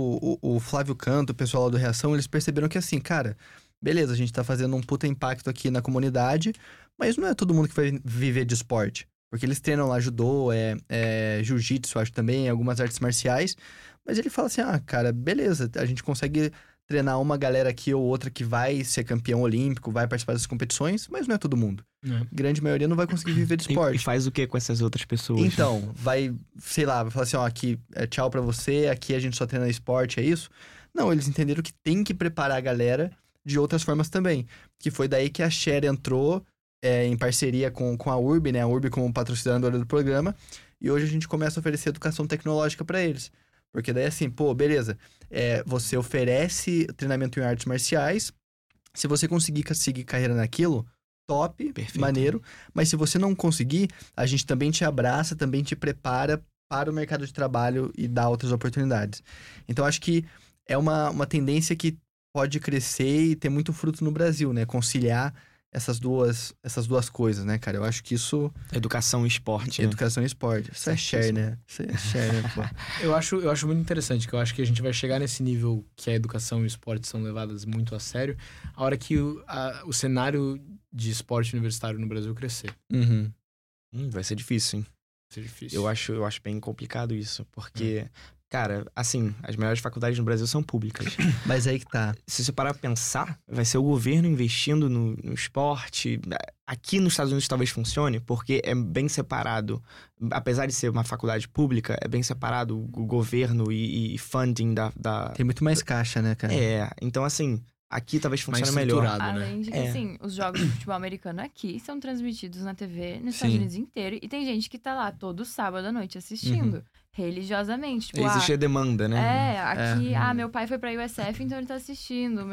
o Flávio Canto, o pessoal lá do Reação, eles perceberam que assim, cara, beleza, a gente tá fazendo um puta impacto aqui na comunidade, mas não é todo mundo que vai viver de esporte. Porque eles treinam lá judô, jiu-jitsu, acho também, algumas artes marciais. Mas ele fala assim, cara, beleza, a gente consegue treinar uma galera aqui ou outra que vai ser campeão olímpico, vai participar das competições, mas não é todo mundo. A grande maioria não vai conseguir viver de esporte. E faz o que com essas outras pessoas? Então, vai, sei lá, vai falar assim, aqui é tchau pra você, aqui a gente só treina esporte, é isso? Não, eles entenderam que tem que preparar a galera de outras formas também. Que foi daí que a Share entrou em parceria com a URB, né? A URB como patrocinadora do programa. E hoje a gente começa a oferecer educação tecnológica pra eles. Porque daí assim, beleza, você oferece treinamento em artes marciais, se você conseguir seguir carreira naquilo, top, perfeito, maneiro, mas se você não conseguir, a gente também te abraça, também te prepara para o mercado de trabalho e dá outras oportunidades. Então, acho que é uma tendência que pode crescer e ter muito fruto no Brasil, né? Conciliar essas duas coisas, né, cara? Eu acho que isso... Educação e esporte, né? Educação e esporte. Isso é share, né? Isso é share, né, pô? Eu acho muito interessante, que eu acho que a gente vai chegar nesse nível que a educação e o esporte são levadas muito a sério, a hora que o cenário de esporte universitário no Brasil crescer. Uhum. Vai ser difícil, hein? Vai ser difícil. Eu acho bem complicado isso, porque... Cara, assim, as melhores faculdades no Brasil são públicas. Mas aí que tá. Se você parar pra pensar, vai ser o governo investindo no esporte. Aqui nos Estados Unidos talvez funcione, porque é bem separado. Apesar de ser uma faculdade pública, é bem separado o governo e funding da... Tem muito mais caixa, né, cara? Então assim... Aqui talvez funcione melhor. Né? Além de que, assim, os jogos de futebol americano aqui são transmitidos na TV nos Estados Unidos inteiro. E tem gente que tá lá todo sábado à noite assistindo, religiosamente. Tipo, existe a demanda, né? Aqui, meu pai foi pra USF, então ele tá assistindo.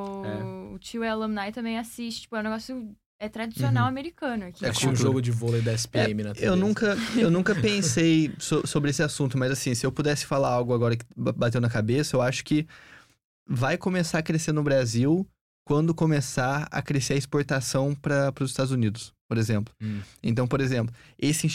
O tio é alumni também assiste. Tipo, é um negócio... É tradicional americano aqui. É como um jogo de vôlei da SPM na TV. Eu nunca pensei sobre esse assunto, mas assim, se eu pudesse falar algo agora que bateu na cabeça, eu acho que vai começar a crescer no Brasil quando começar a crescer a exportação para os Estados Unidos, por exemplo. Então, por exemplo, esse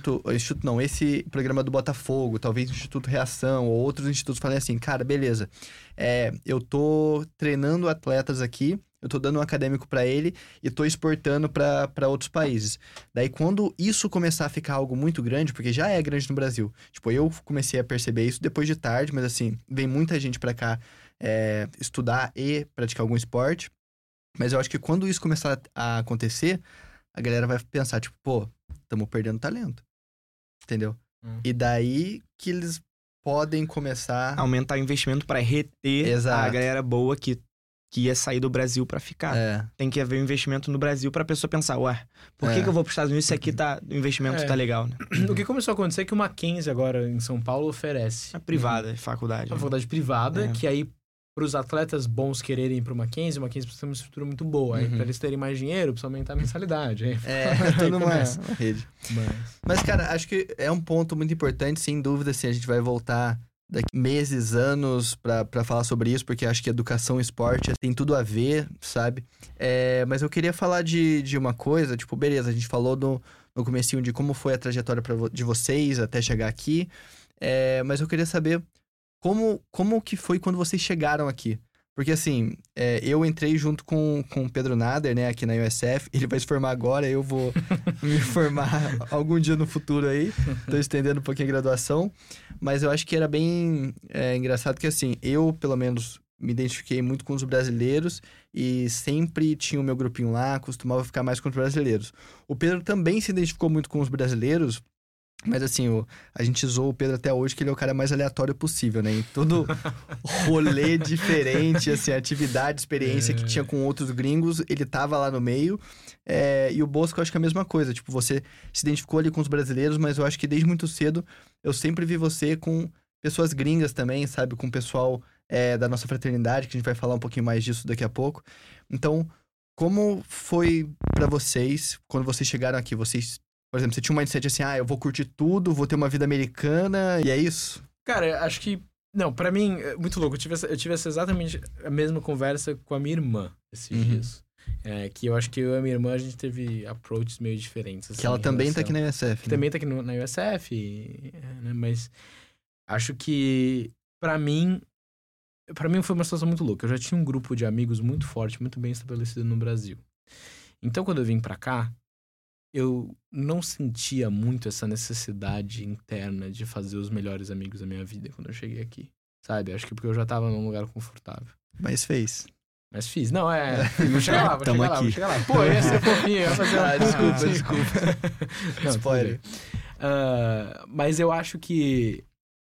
esse programa do Botafogo, talvez o Instituto Reação ou outros institutos falem assim, cara, beleza, eu tô treinando atletas aqui, eu tô dando um acadêmico para ele e tô exportando para outros países. Daí, quando isso começar a ficar algo muito grande, porque já é grande no Brasil, tipo, eu comecei a perceber isso depois de tarde, mas assim, vem muita gente para cá estudar e praticar algum esporte. Mas eu acho que quando isso começar a acontecer, a galera vai pensar, tipo, estamos perdendo talento. Entendeu? E daí que eles podem começar... Aumentar o investimento para reter a galera boa que ia sair do Brasil para ficar. Tem que haver um investimento no Brasil pra pessoa pensar, por que eu vou pros Estados Unidos se aqui o investimento tá legal, né? O que começou a acontecer é que o Mackenzie agora em São Paulo oferece... É privada, faculdade. Uma faculdade privada, que aí pros atletas bons quererem ir pro Mackenzie, o Mackenzie precisa ter uma estrutura muito boa. Aí pra eles terem mais dinheiro, precisa aumentar a mensalidade. Aí, tudo uma rede. Mas, cara, acho que é um ponto muito importante, sem dúvida, assim, a gente vai voltar daqui meses, anos pra falar sobre isso, porque acho que educação e esporte tem tudo a ver, sabe? Mas eu queria falar de uma coisa, tipo, beleza, a gente falou no comecinho de como foi a trajetória de vocês até chegar aqui, mas eu queria saber como que foi quando vocês chegaram aqui? Porque assim, eu entrei junto com o Pedro Nader, né, aqui na USF. Ele vai se formar agora, eu vou me formar algum dia no futuro aí. Tô estendendo um pouquinho a graduação. Mas eu acho que era bem engraçado que assim, eu pelo menos me identifiquei muito com os brasileiros e sempre tinha o meu grupinho lá, costumava ficar mais com os brasileiros. O Pedro também se identificou muito com os brasileiros. Mas assim, a gente zoou o Pedro até hoje que ele é o cara mais aleatório possível, né? Em todo rolê diferente, assim, atividade, experiência que tinha com outros gringos, ele tava lá no meio. E o Bosco, eu acho que é a mesma coisa. Tipo, você se identificou ali com os brasileiros, mas eu acho que desde muito cedo eu sempre vi você com pessoas gringas também, sabe? Com o pessoal da nossa fraternidade, que a gente vai falar um pouquinho mais disso daqui a pouco. Então, como foi pra vocês, quando vocês chegaram aqui? Vocês Por exemplo, você tinha um mindset assim, eu vou curtir tudo, vou ter uma vida americana, e é isso? Cara, acho que... Não, pra mim, é muito louco. Eu tive exatamente a mesma conversa com a minha irmã esses dias. Que eu acho que eu e a minha irmã, a gente teve approaches meio diferentes. Assim, que ela também tá aqui na USF. Que também tá aqui na USF, né? Mas acho que, pra mim foi uma situação muito louca. Eu já tinha um grupo de amigos muito forte, muito bem estabelecido no Brasil. Então, quando eu vim pra cá, eu não sentia muito essa necessidade interna de fazer os melhores amigos da minha vida quando eu cheguei aqui, sabe? Acho que porque eu já tava num lugar confortável. Mas fez. Mas fiz. Não, vou chegar lá, vou chegar lá. Pô, ia ser fofinho, ia fazer desculpa. Não, spoiler. Mas eu acho que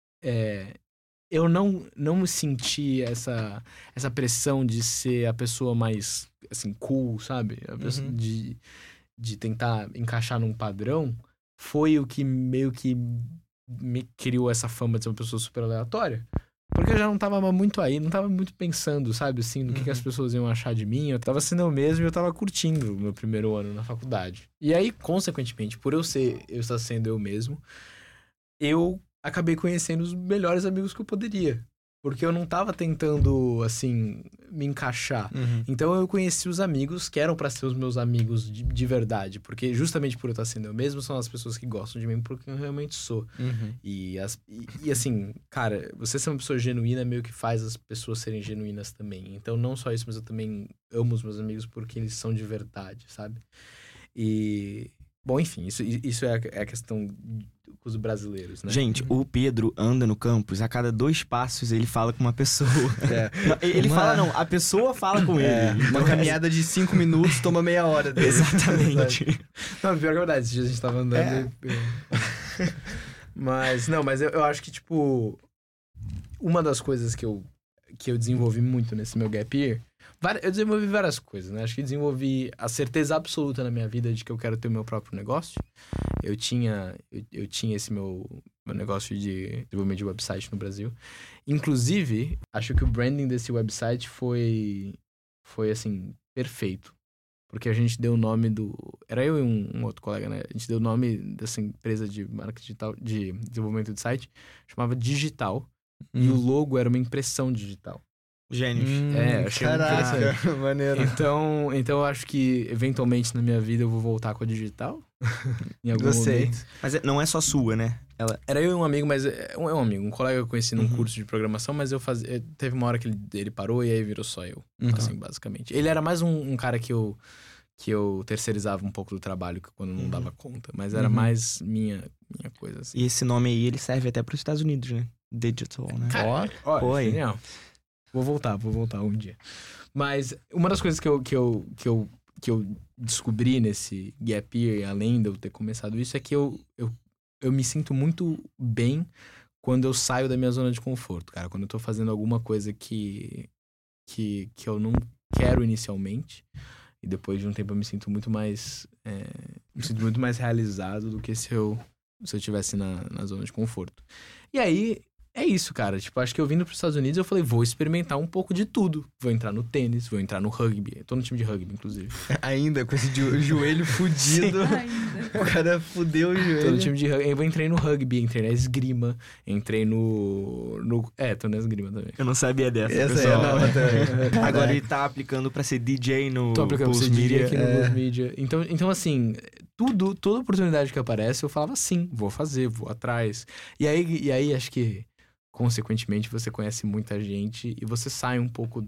eu não me senti essa pressão de ser a pessoa mais, assim, cool, sabe? A pessoa de tentar encaixar num padrão, foi o que meio que me criou essa fama de ser uma pessoa super aleatória. Porque eu já não tava muito aí, não tava muito pensando, sabe, assim, no que as pessoas iam achar de mim. Eu tava sendo eu mesmo e eu tava curtindo o meu primeiro ano na faculdade. E aí, consequentemente, por eu estar sendo eu mesmo, eu acabei conhecendo os melhores amigos que eu poderia. Porque eu não tava tentando, assim, me encaixar. Então eu conheci os amigos que eram pra ser os meus amigos de verdade. Porque justamente por eu estar sendo eu mesmo, são as pessoas que gostam de mim porque eu realmente sou. E assim, cara, você ser uma pessoa genuína meio que faz as pessoas serem genuínas também. Então não só isso, mas eu também amo os meus amigos porque eles são de verdade, sabe? E... Bom, enfim, isso é a questão com os brasileiros, né? Gente, o Pedro anda no campus, a cada 2 passos ele fala com uma pessoa. Não, a pessoa fala com ele. Uma caminhada de 5 minutos toma meia hora dele. Exatamente. Não, pior que é verdade, esses dias a gente tava andando Mas eu acho que, tipo, uma das coisas que eu desenvolvi muito nesse meu gap year, eu desenvolvi várias coisas, né? Acho que desenvolvi a certeza absoluta na minha vida de que eu quero ter o meu próprio negócio. Eu tinha esse meu negócio de desenvolvimento de website no Brasil. Inclusive, acho que o branding desse website foi assim, perfeito. Porque a gente deu o nome era eu e um outro colega, né? A gente deu o nome dessa empresa de marketing digital, de desenvolvimento de site, chamava Digital. E o logo era uma impressão digital. Gênios. Achei caraca, maneiro. Então eu acho que, eventualmente, na minha vida, eu vou voltar com a digital. Em algum momento. Mas não é só sua, né? Era eu e um amigo, mas... um colega que eu conheci num curso de programação, mas teve uma hora que ele parou e aí virou só eu. Assim, basicamente. Ele era mais um cara que eu terceirizava um pouco do trabalho quando não dava conta. Mas era mais minha coisa, assim. E esse nome aí, ele serve até pros Estados Unidos, né? Digital, né? Ó, genial. Vou voltar um dia. Mas uma das coisas que eu descobri nesse gap year, além de eu ter começado isso, é que eu me sinto muito bem quando eu saio da minha zona de conforto, cara. Quando eu tô fazendo alguma coisa que eu não quero inicialmente. E depois de um tempo eu me sinto muito mais realizado do que se eu estivesse na zona de conforto. E aí... É isso, cara. Tipo, acho que eu vindo pros Estados Unidos, eu falei, vou experimentar um pouco de tudo. Vou entrar no tênis, vou entrar no rugby. Eu tô no time de rugby, inclusive. Ainda, com esse joelho fudido. O cara fudeu o joelho. Tô no time de rugby. Eu entrei no rugby, entrei na esgrima, entrei tô na esgrima também. Eu não sabia dessa, essa pessoal. também. Agora ele tá aplicando pra ser DJ no Tô aplicando Pulse pra ser DJ Media. aqui no Pulse Media. Então, assim... Toda oportunidade que aparece, eu falava sim, vou fazer, vou atrás. E aí acho que... Consequentemente, você conhece muita gente e você sai um pouco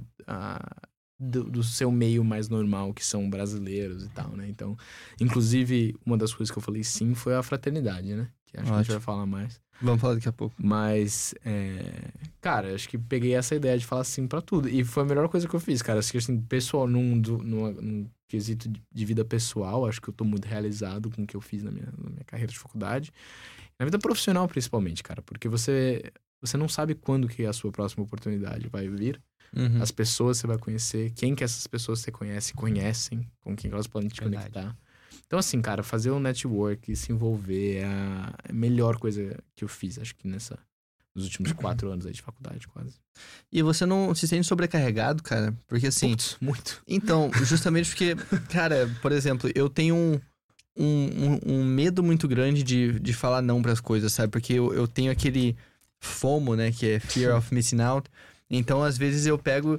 do seu meio mais normal, que são brasileiros e tal, né? Então, inclusive, uma das coisas que eu falei sim foi a fraternidade, né? Que acho que a gente vai falar mais. Vamos falar daqui a pouco. Mas, cara, acho que peguei essa ideia de falar sim pra tudo. E foi a melhor coisa que eu fiz, cara. Acho que, assim, pessoal, num quesito de vida pessoal, acho que eu tô muito realizado com o que eu fiz na minha carreira de faculdade. Na vida profissional, principalmente, cara. Porque você não sabe quando que a sua próxima oportunidade vai vir. As pessoas você vai conhecer, quem que essas pessoas você conhecem, com quem elas podem te conectar. Então, assim, cara, fazer um network, se envolver é a melhor coisa que eu fiz, acho que nos últimos 4 anos aí de faculdade, quase. E você não se sente sobrecarregado, cara? Porque assim... Muito. Então, justamente porque, cara, por exemplo, eu tenho um medo muito grande de falar não pras coisas, sabe? Porque eu tenho aquele FOMO, né? Que é Fear of Missing Out. Então, às vezes, eu pego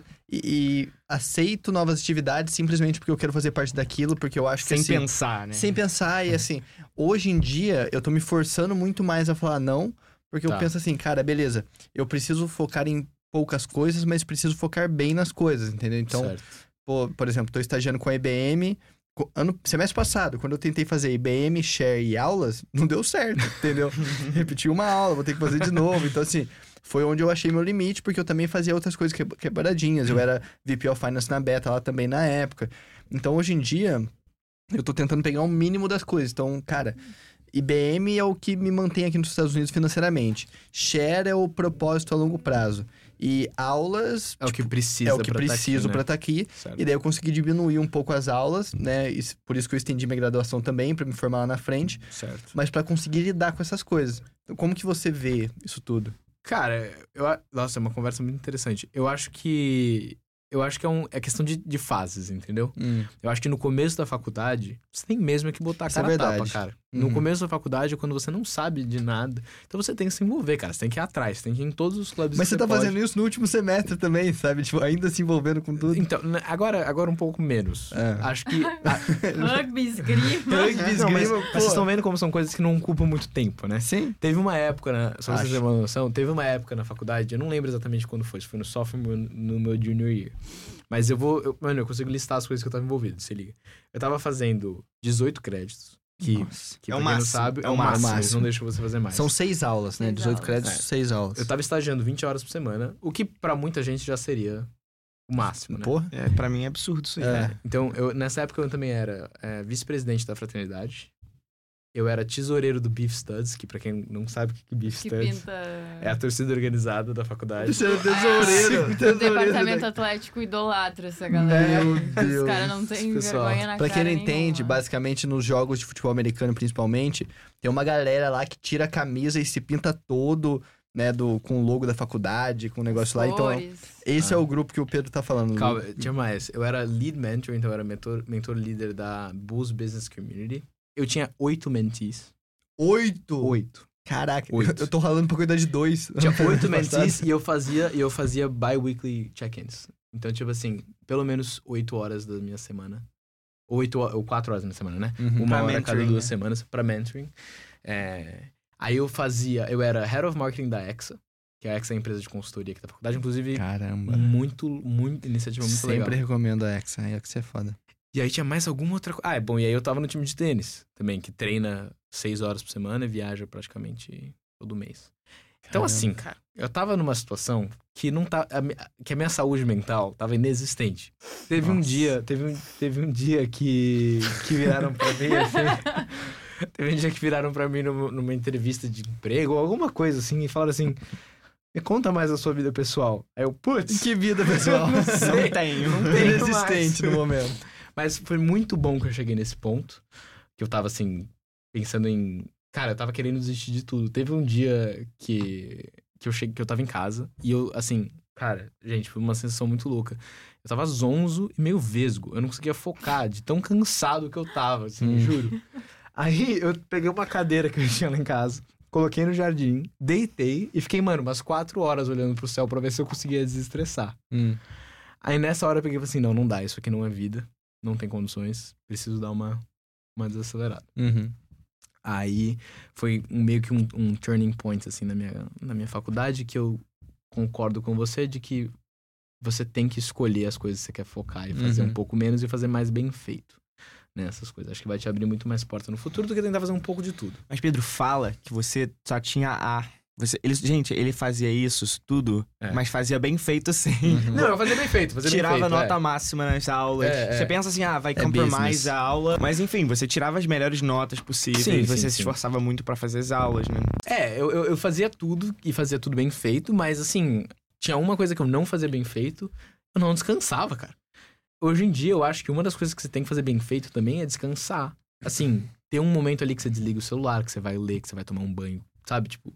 e aceito novas atividades simplesmente porque eu quero fazer parte daquilo, porque eu acho que, Sem assim, pensar, né? sem pensar. E, assim, hoje em dia, eu tô me forçando muito mais a falar não, porque eu penso assim, cara, beleza, eu preciso focar em poucas coisas, mas preciso focar bem nas coisas, entendeu? Então, por exemplo, tô estagiando com a IBM... Semestre passado, quando eu tentei fazer IBM, Share e aulas, não deu certo, entendeu? Repeti uma aula, vou ter que fazer de novo. Então, assim, foi onde eu achei meu limite, porque eu também fazia outras coisas quebradinhas. Eu era VP of Finance na Beta lá também na época. Então, hoje em dia, eu tô tentando pegar o mínimo das coisas. Então, cara, IBM é o que me mantém aqui nos Estados Unidos financeiramente. Share é o propósito a longo prazo. E aulas... É o que precisa É o que preciso pra estar aqui. Certo. E daí eu consegui diminuir um pouco as aulas, né? Por isso que eu estendi minha graduação também, pra me formar lá na frente. Certo. Mas pra conseguir lidar com essas coisas. Então, como que você vê isso tudo? Cara, nossa, é uma conversa muito interessante. Eu acho que é questão de fases, entendeu? Eu acho que no começo da faculdade, você tem mesmo que botar a cara a tapa, cara. No começo da faculdade é quando você não sabe de nada. Então você tem que se envolver, cara. Você tem que ir atrás, você tem que ir em todos os clubes. Mas você tá fazendo isso no último semestre também, sabe? Tipo, ainda se envolvendo com tudo. Então, agora um pouco menos. Acho que... Rugby, esgrima. Não, mas vocês estão vendo como são coisas que não ocupam muito tempo, né? Sim. Teve uma época, só pra vocês terem uma noção, teve uma época na faculdade, eu não lembro exatamente quando foi, se foi no sophomore, no meu junior year. Mas eu consigo listar as coisas que eu tava envolvido, se liga. Eu tava fazendo 18 créditos, que É o pra quem máximo, não sabe, é o máximo. eles não deixam você fazer mais. São 6 aulas, né? 18 créditos, 6 aulas. Eu tava estagiando 20 horas por semana, o que pra muita gente já seria o máximo, né? Porra. Pra mim é absurdo isso aí. Então, nessa época eu também era vice-presidente da fraternidade. Eu era tesoureiro do Beef Studs, que pra quem não sabe o que Beef Studs é a torcida organizada da faculdade. Você era tesoureiro. O departamento atlético idolatra essa galera. Meu Deus. Os caras não têm vergonha na Pra cara quem não entende, nenhuma. basicamente nos jogos de futebol americano principalmente, tem uma galera lá que tira a camisa e se pinta todo, né, com o logo da faculdade, com o negócio lá. Então, esse é o grupo que o Pedro tá falando. Calma, tinha mais. Eu era lead mentor, então eu era mentor líder da Bulls Business Community. Eu tinha 8 mentees. 8? Caraca, 8. Eu tô ralando pra cuidar de 2. Tinha 8 mentees e eu fazia bi-weekly check-ins. Então, tipo assim, pelo menos 8 horas da minha semana. Ou 4 horas da minha semana, né? Uma hora a cada 2 semanas pra mentoring. Aí eu era Head of Marketing da Exa, que a Exa é a empresa de consultoria aqui da faculdade. Inclusive, caramba, muito iniciativa muito legal. Sempre recomendo a Exa, a Exa é foda. E aí tinha mais alguma outra coisa. Bom, e aí eu tava no time de tênis também, que treina 6 horas por semana e viaja praticamente todo mês. Então, caramba, assim, cara, eu tava numa situação que não tá. Que a minha saúde mental tava inexistente. Teve um dia que viraram pra mim, assim. Teve um dia que viraram pra mim numa entrevista de emprego ou alguma coisa assim, e falaram assim: me conta mais a sua vida pessoal. Aí eu, putz, que vida pessoal? Não tenho inexistente no momento. Mas foi muito bom que eu cheguei nesse ponto. Que eu tava, assim, pensando em... Cara, eu tava querendo desistir de tudo. Teve um dia que eu tava em casa. E eu, assim... Cara, gente, foi uma sensação muito louca. Eu tava zonzo e meio vesgo. Eu não conseguia focar de tão cansado que eu tava, assim, juro. Aí eu peguei uma cadeira que eu tinha lá em casa. Coloquei no jardim, deitei e fiquei, mano, umas 4 horas olhando pro céu pra ver se eu conseguia desestressar. Aí nessa hora eu peguei e falei assim, não dá, isso aqui não é vida. Não tem condições, preciso dar uma desacelerada. Aí foi meio que um turning point, assim, na minha faculdade, que eu concordo com você de que você tem que escolher as coisas que você quer focar e fazer um pouco menos e fazer mais bem feito. Nessas coisas. Acho que vai te abrir muito mais porta no futuro do que tentar fazer um pouco de tudo. Mas, Pedro, fala que você só tinha A. Ele fazia isso tudo, mas fazia bem feito assim. Não, eu fazia bem feito. Tirava nota máxima nas aulas. Você pensa assim, vai compromise a aula. Mas enfim, você tirava as melhores notas possíveis. Você se esforçava muito pra fazer as aulas, né? Eu fazia tudo e fazia tudo bem feito, mas assim, tinha uma coisa que eu não fazia bem feito, eu não descansava, cara. Hoje em dia, eu acho que uma das coisas que você tem que fazer bem feito também é descansar. Assim, ter um momento ali que você desliga o celular, que você vai ler, que você vai tomar um banho, sabe? Tipo,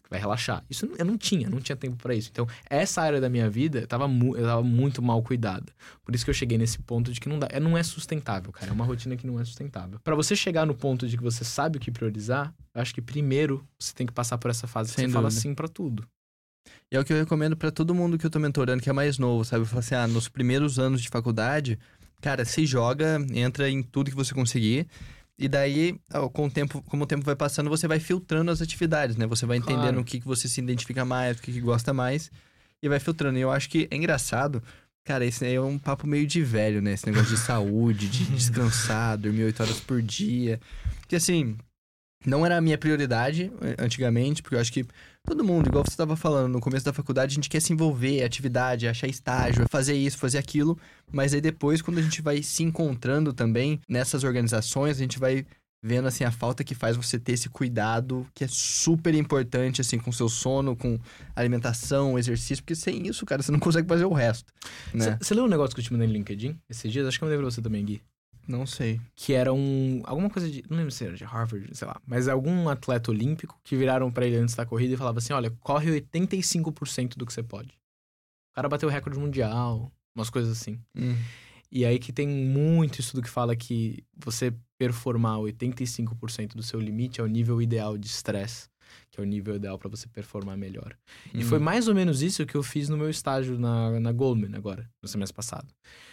que vai relaxar. Isso eu não tinha tempo pra isso. Então, essa área da minha vida, eu tava muito mal cuidada. Por isso que eu cheguei nesse ponto de que não é sustentável, cara. É uma rotina que não é sustentável. Pra você chegar no ponto de que você sabe o que priorizar, eu acho que primeiro você tem que passar por essa fase que você fala sim pra tudo. E é o que eu recomendo pra todo mundo que eu tô mentorando, que é mais novo, sabe? Eu falo assim, nos primeiros anos de faculdade, cara, se joga, entra em tudo que você conseguir. E daí, como o tempo vai passando, você vai filtrando as atividades, né? Você vai entendendo o que você se identifica mais, o que gosta mais, e vai filtrando. E eu acho que é engraçado, cara, esse aí é um papo meio de velho, né? Esse negócio de saúde, de descansar, dormir 8 horas por dia. Porque assim, não era a minha prioridade antigamente, porque eu acho que todo mundo, igual você estava falando, no começo da faculdade, a gente quer se envolver, atividade, achar estágio, fazer isso, fazer aquilo. Mas aí depois, quando a gente vai se encontrando também nessas organizações, a gente vai vendo, assim, a falta que faz você ter esse cuidado, que é super importante, assim, com seu sono, com alimentação, exercício. Porque sem isso, cara, você não consegue fazer o resto, né? Você leu um negócio que eu te mandei no LinkedIn esses dias? Acho que eu mandei pra você também, Gui. Não sei. Que era alguma coisa de... Não lembro se era de Harvard, sei lá. Mas algum atleta olímpico que viraram pra ele antes da corrida e falavam assim, olha, corre 85% do que você pode. O cara bateu o recorde mundial, umas coisas assim. E aí que tem muito estudo que fala que você performar 85% do seu limite é o nível ideal de estresse, que é o nível ideal pra você performar melhor. E foi mais ou menos isso que eu fiz no meu estágio na Goldman agora, no semestre passado.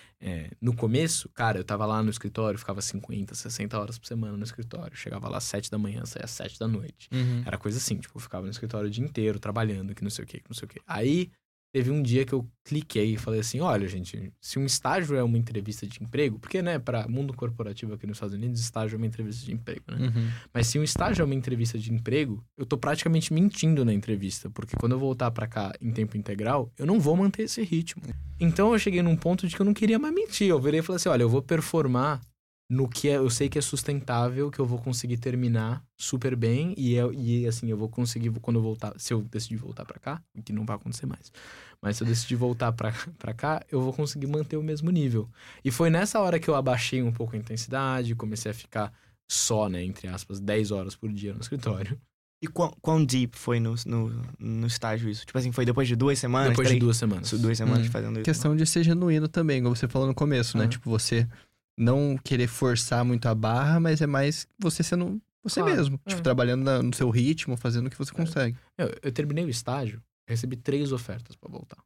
No começo, cara, eu tava lá no escritório, ficava 50, 60 horas por semana no escritório. Chegava lá às 7 da manhã, saía às 7 da noite. Era coisa assim, tipo, eu ficava no escritório o dia inteiro, trabalhando, que não sei o que, que não sei o que. Aí, teve um dia que eu cliquei e falei assim, olha, gente, se um estágio é uma entrevista de emprego, porque, né, para mundo corporativo aqui nos Estados Unidos, estágio é uma entrevista de emprego, né? Mas se um estágio é uma entrevista de emprego, eu tô praticamente mentindo na entrevista, porque quando eu voltar para cá em tempo integral, eu não vou manter esse ritmo. Então eu cheguei num ponto de que eu não queria mais mentir. Eu virei e falei assim, olha, eu vou performar no que eu sei que é sustentável, que eu vou conseguir terminar super bem e assim, eu vou conseguir quando eu voltar, se eu decidir voltar pra cá, o que não vai acontecer mais, mas se eu decidir voltar pra cá, eu vou conseguir manter o mesmo nível. E foi nessa hora que eu abaixei um pouco a intensidade, comecei a ficar só, né, entre aspas, 10 horas por dia no escritório. E quão deep foi no estágio isso? Tipo assim, foi depois de 2 semanas? Depois de 2 semanas. 2 semanas fazendo isso. Questão de ser genuíno também, como você falou no começo, né? Tipo, você não querer forçar muito a barra, mas é mais você sendo você mesmo. Tipo, trabalhando no seu ritmo, fazendo o que você consegue. Eu terminei o estágio, recebi 3 ofertas pra voltar.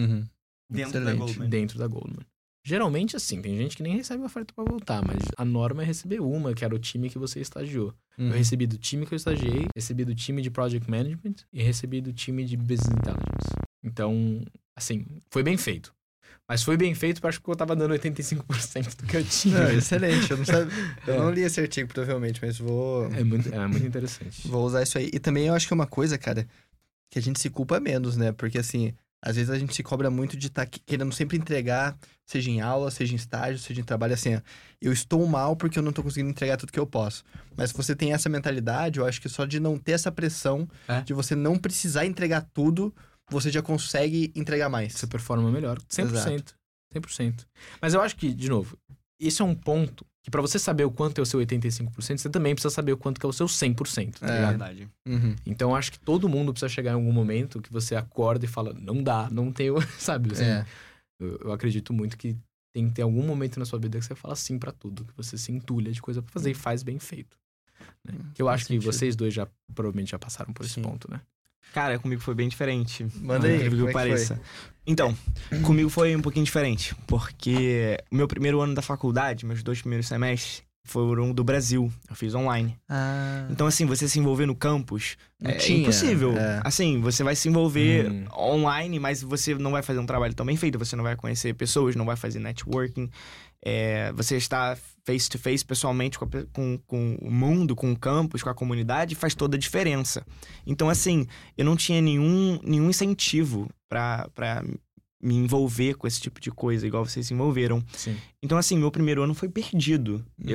Dentro da Goldman. Dentro da Goldman. Geralmente, assim, tem gente que nem recebe oferta pra voltar, mas a norma é receber uma, que era o time que você estagiou. Eu recebi do time que eu estagiei, recebi do time de Project Management e recebi do time de Business Intelligence. Então, assim, foi bem feito. Mas foi bem feito, acho que eu tava dando 85% do que eu tinha. Excelente, eu não sabia. Eu não li esse artigo, provavelmente, mas vou... É muito interessante. Vou usar isso aí. E também eu acho que é uma coisa, cara, que a gente se culpa menos, né? Porque, assim, às vezes a gente se cobra muito de estar querendo sempre entregar, seja em aula, seja em estágio, seja em trabalho, assim, eu estou mal porque eu não tô conseguindo entregar tudo que eu posso. Mas se você tem essa mentalidade, eu acho que só de não ter essa pressão, de você não precisar entregar tudo, você já consegue entregar mais. Você performa melhor, 100%. Exato. 100%. Mas eu acho que, de novo, esse é um ponto que pra você saber o quanto é o seu 85%, você também precisa saber o quanto que é o seu 100%, tá ligado? Verdade. Então, eu acho que todo mundo precisa chegar em algum momento que você acorda e fala, não dá, não tenho, sabe? Assim, eu acredito muito que tem que ter algum momento na sua vida que você fala sim pra tudo, que você se entulha de coisa pra fazer e faz bem feito. Né? Que eu acho que vocês dois provavelmente já passaram por esse ponto, né? Cara, comigo foi bem diferente. Manda aí, incrível que pareça. Então, comigo foi um pouquinho diferente, porque o meu primeiro ano da faculdade, meus 2 primeiros semestres, foram do Brasil. Eu fiz online. Então, assim, você se envolver no campus é impossível. Assim, você vai se envolver online, mas você não vai fazer um trabalho tão bem feito, você não vai conhecer pessoas, não vai fazer networking. Você está face to face pessoalmente com o mundo, com o campus, com a comunidade, faz toda a diferença. Então, assim, eu não tinha nenhum incentivo pra me envolver com esse tipo de coisa, igual vocês se envolveram. Sim. Então, assim, meu primeiro ano foi perdido. Eu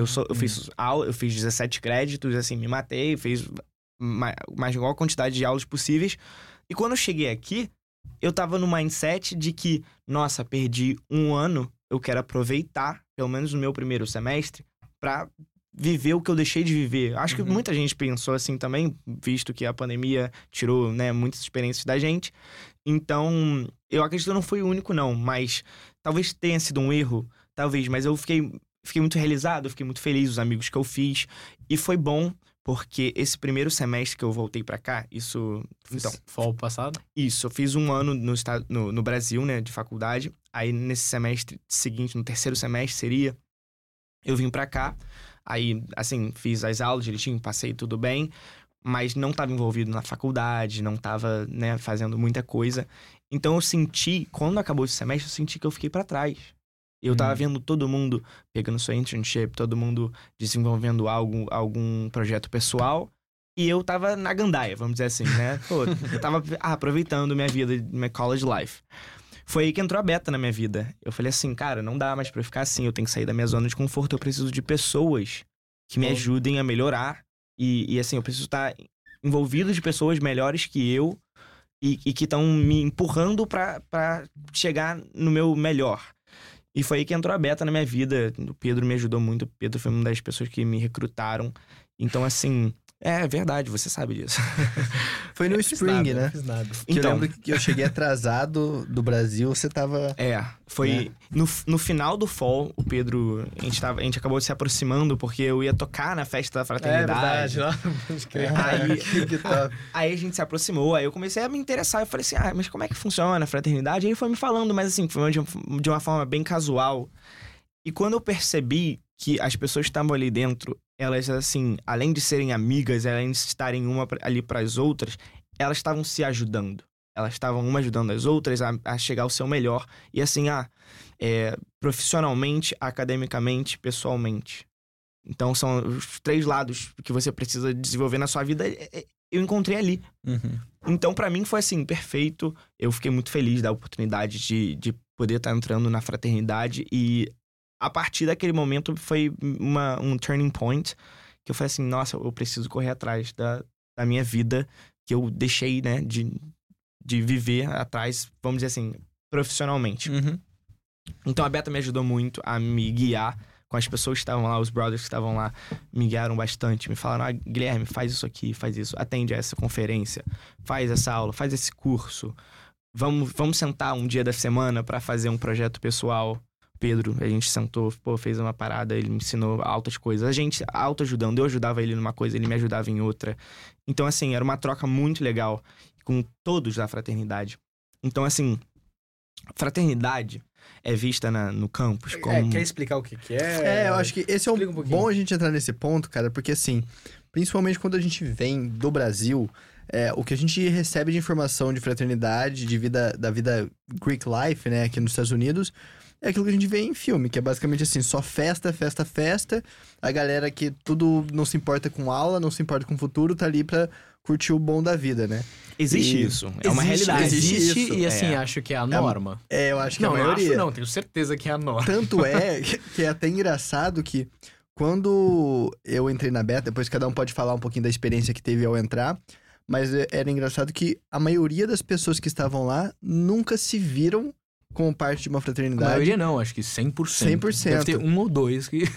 fiz 17 créditos, assim, me matei, fiz mais igual a quantidade de aulas possíveis. E quando eu cheguei aqui, eu tava no mindset de que, nossa, perdi um ano, eu quero aproveitar, pelo menos no meu primeiro semestre, pra viver o que eu deixei de viver. Acho que muita gente pensou assim também, visto que a pandemia tirou, né, muitas experiências da gente. Então, eu acredito que eu não fui o único, não. Mas talvez tenha sido um erro, talvez. Mas eu fiquei muito realizado, fiquei muito feliz, os amigos que eu fiz. E foi bom, porque esse primeiro semestre que eu voltei pra cá, isso... Então, fall passado? Isso, eu fiz um ano no Brasil, né, de faculdade. Aí, nesse semestre seguinte, no terceiro semestre seria, eu vim pra cá. Aí, assim, fiz as aulas direitinho, passei tudo bem. Mas não estava envolvido na faculdade, não estava, né, fazendo muita coisa. Então, eu senti, quando acabou esse semestre, eu senti que eu fiquei pra trás. Eu tava vendo todo mundo pegando sua internship, todo mundo desenvolvendo algum projeto pessoal. E eu tava na gandaia, vamos dizer assim, né? Pô, eu tava aproveitando minha vida, minha college life. Foi aí que entrou a Beta na minha vida. Eu falei assim, cara, não dá mais pra eu ficar assim. Eu tenho que sair da minha zona de conforto. Eu preciso de pessoas que me ajudem a melhorar. E assim, eu preciso estar envolvido de pessoas melhores que eu. E que estão me empurrando pra chegar no meu melhor. E foi aí que entrou a Beta na minha vida. O Pedro me ajudou muito. O Pedro foi uma das pessoas que me recrutaram. Então, assim... É verdade, você sabe disso. Foi no Spring, né? Não fiz nada. Que eu lembro que eu cheguei atrasado do Brasil, você tava... Foi... No final do Fall, o Pedro... A gente acabou se aproximando porque eu ia tocar na festa da fraternidade. Aí a gente se aproximou, aí eu comecei a me interessar. Eu falei assim, mas como é que funciona a fraternidade? Aí ele foi me falando, mas assim, foi de uma forma bem casual. E quando eu percebi que as pessoas que estavam ali dentro, elas, assim, além de serem amigas, além de estarem uma ali pras outras, elas estavam se ajudando. Elas estavam uma ajudando as outras a chegar ao seu melhor. E assim, profissionalmente, academicamente, pessoalmente. Então, são os 3 lados que você precisa desenvolver na sua vida. Eu encontrei ali. Então, pra mim, foi assim, perfeito. Eu fiquei muito feliz da oportunidade de poder estar entrando na fraternidade. E a partir daquele momento foi um turning point. Que eu falei assim, nossa, eu preciso correr atrás da minha vida. Que eu deixei, né, de viver atrás, vamos dizer assim, profissionalmente. Então, a Beta me ajudou muito a me guiar com as pessoas que estavam lá, os brothers que estavam lá, me guiaram bastante. Me falaram, Guilherme, faz isso aqui, faz isso. Atende a essa conferência, faz essa aula, faz esse curso. Vamos sentar um dia da semana pra fazer um projeto pessoal. Pedro, a gente sentou, fez uma parada, ele me ensinou altas coisas. A gente autoajudando, eu ajudava ele numa coisa, ele me ajudava em outra. Então, assim, era uma troca muito legal com todos da fraternidade. Então, assim, fraternidade é vista no campus como... Quer explicar o que é? Eu acho que esse é bom a gente entrar nesse ponto, cara, porque assim, principalmente quando a gente vem do Brasil, o que a gente recebe de informação de fraternidade, da vida Greek life, né, aqui nos Estados Unidos, é aquilo que a gente vê em filme, que é basicamente assim, só festa, festa, festa. A galera que tudo não se importa com aula, não se importa com o futuro, tá ali pra curtir o bom da vida, né? Existe isso. É uma realidade. Existe isso. E assim, acho que é a norma. Eu acho que a maioria. Não, tenho certeza que é a norma. Tanto é que é até engraçado que quando eu entrei na Beta, depois cada um pode falar um pouquinho da experiência que teve ao entrar, mas era engraçado que a maioria das pessoas que estavam lá nunca se viram como parte de uma fraternidade. A maioria não, acho que 100%. 100%. Deve ter 1 ou 2 que...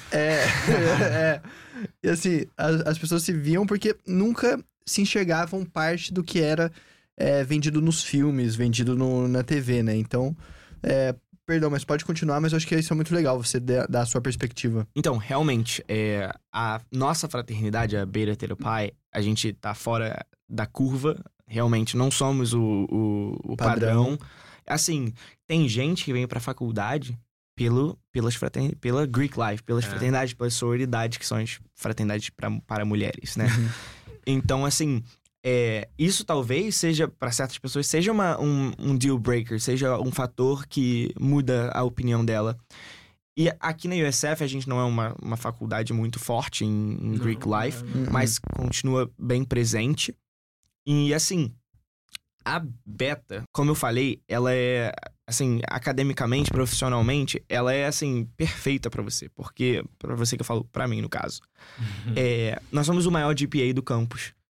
E assim, as pessoas se viam porque nunca se enxergavam parte do que era vendido nos filmes, vendido na TV, né? Então, perdão, mas pode continuar, mas eu acho que isso é muito legal, você dar a sua perspectiva. Então, realmente, a nossa fraternidade, a Beta Theta Pi, a gente tá fora da curva. Realmente, não somos o padrão. Assim, tem gente que vem pra faculdade pela Greek Life, pelas fraternidades, pela sororidade, que são as fraternidades para mulheres, né? Então, assim, isso talvez seja, para certas pessoas, seja um deal breaker, seja um fator que muda a opinião dela. E aqui na USF a gente não é uma faculdade muito forte em Greek Life, mas continua bem presente. E assim, a Beta, como eu falei, ela é, assim, academicamente, profissionalmente, ela é, assim, perfeita pra você. Porque, pra você que eu falo, pra mim, no caso. Nós somos o maior GPA do campus.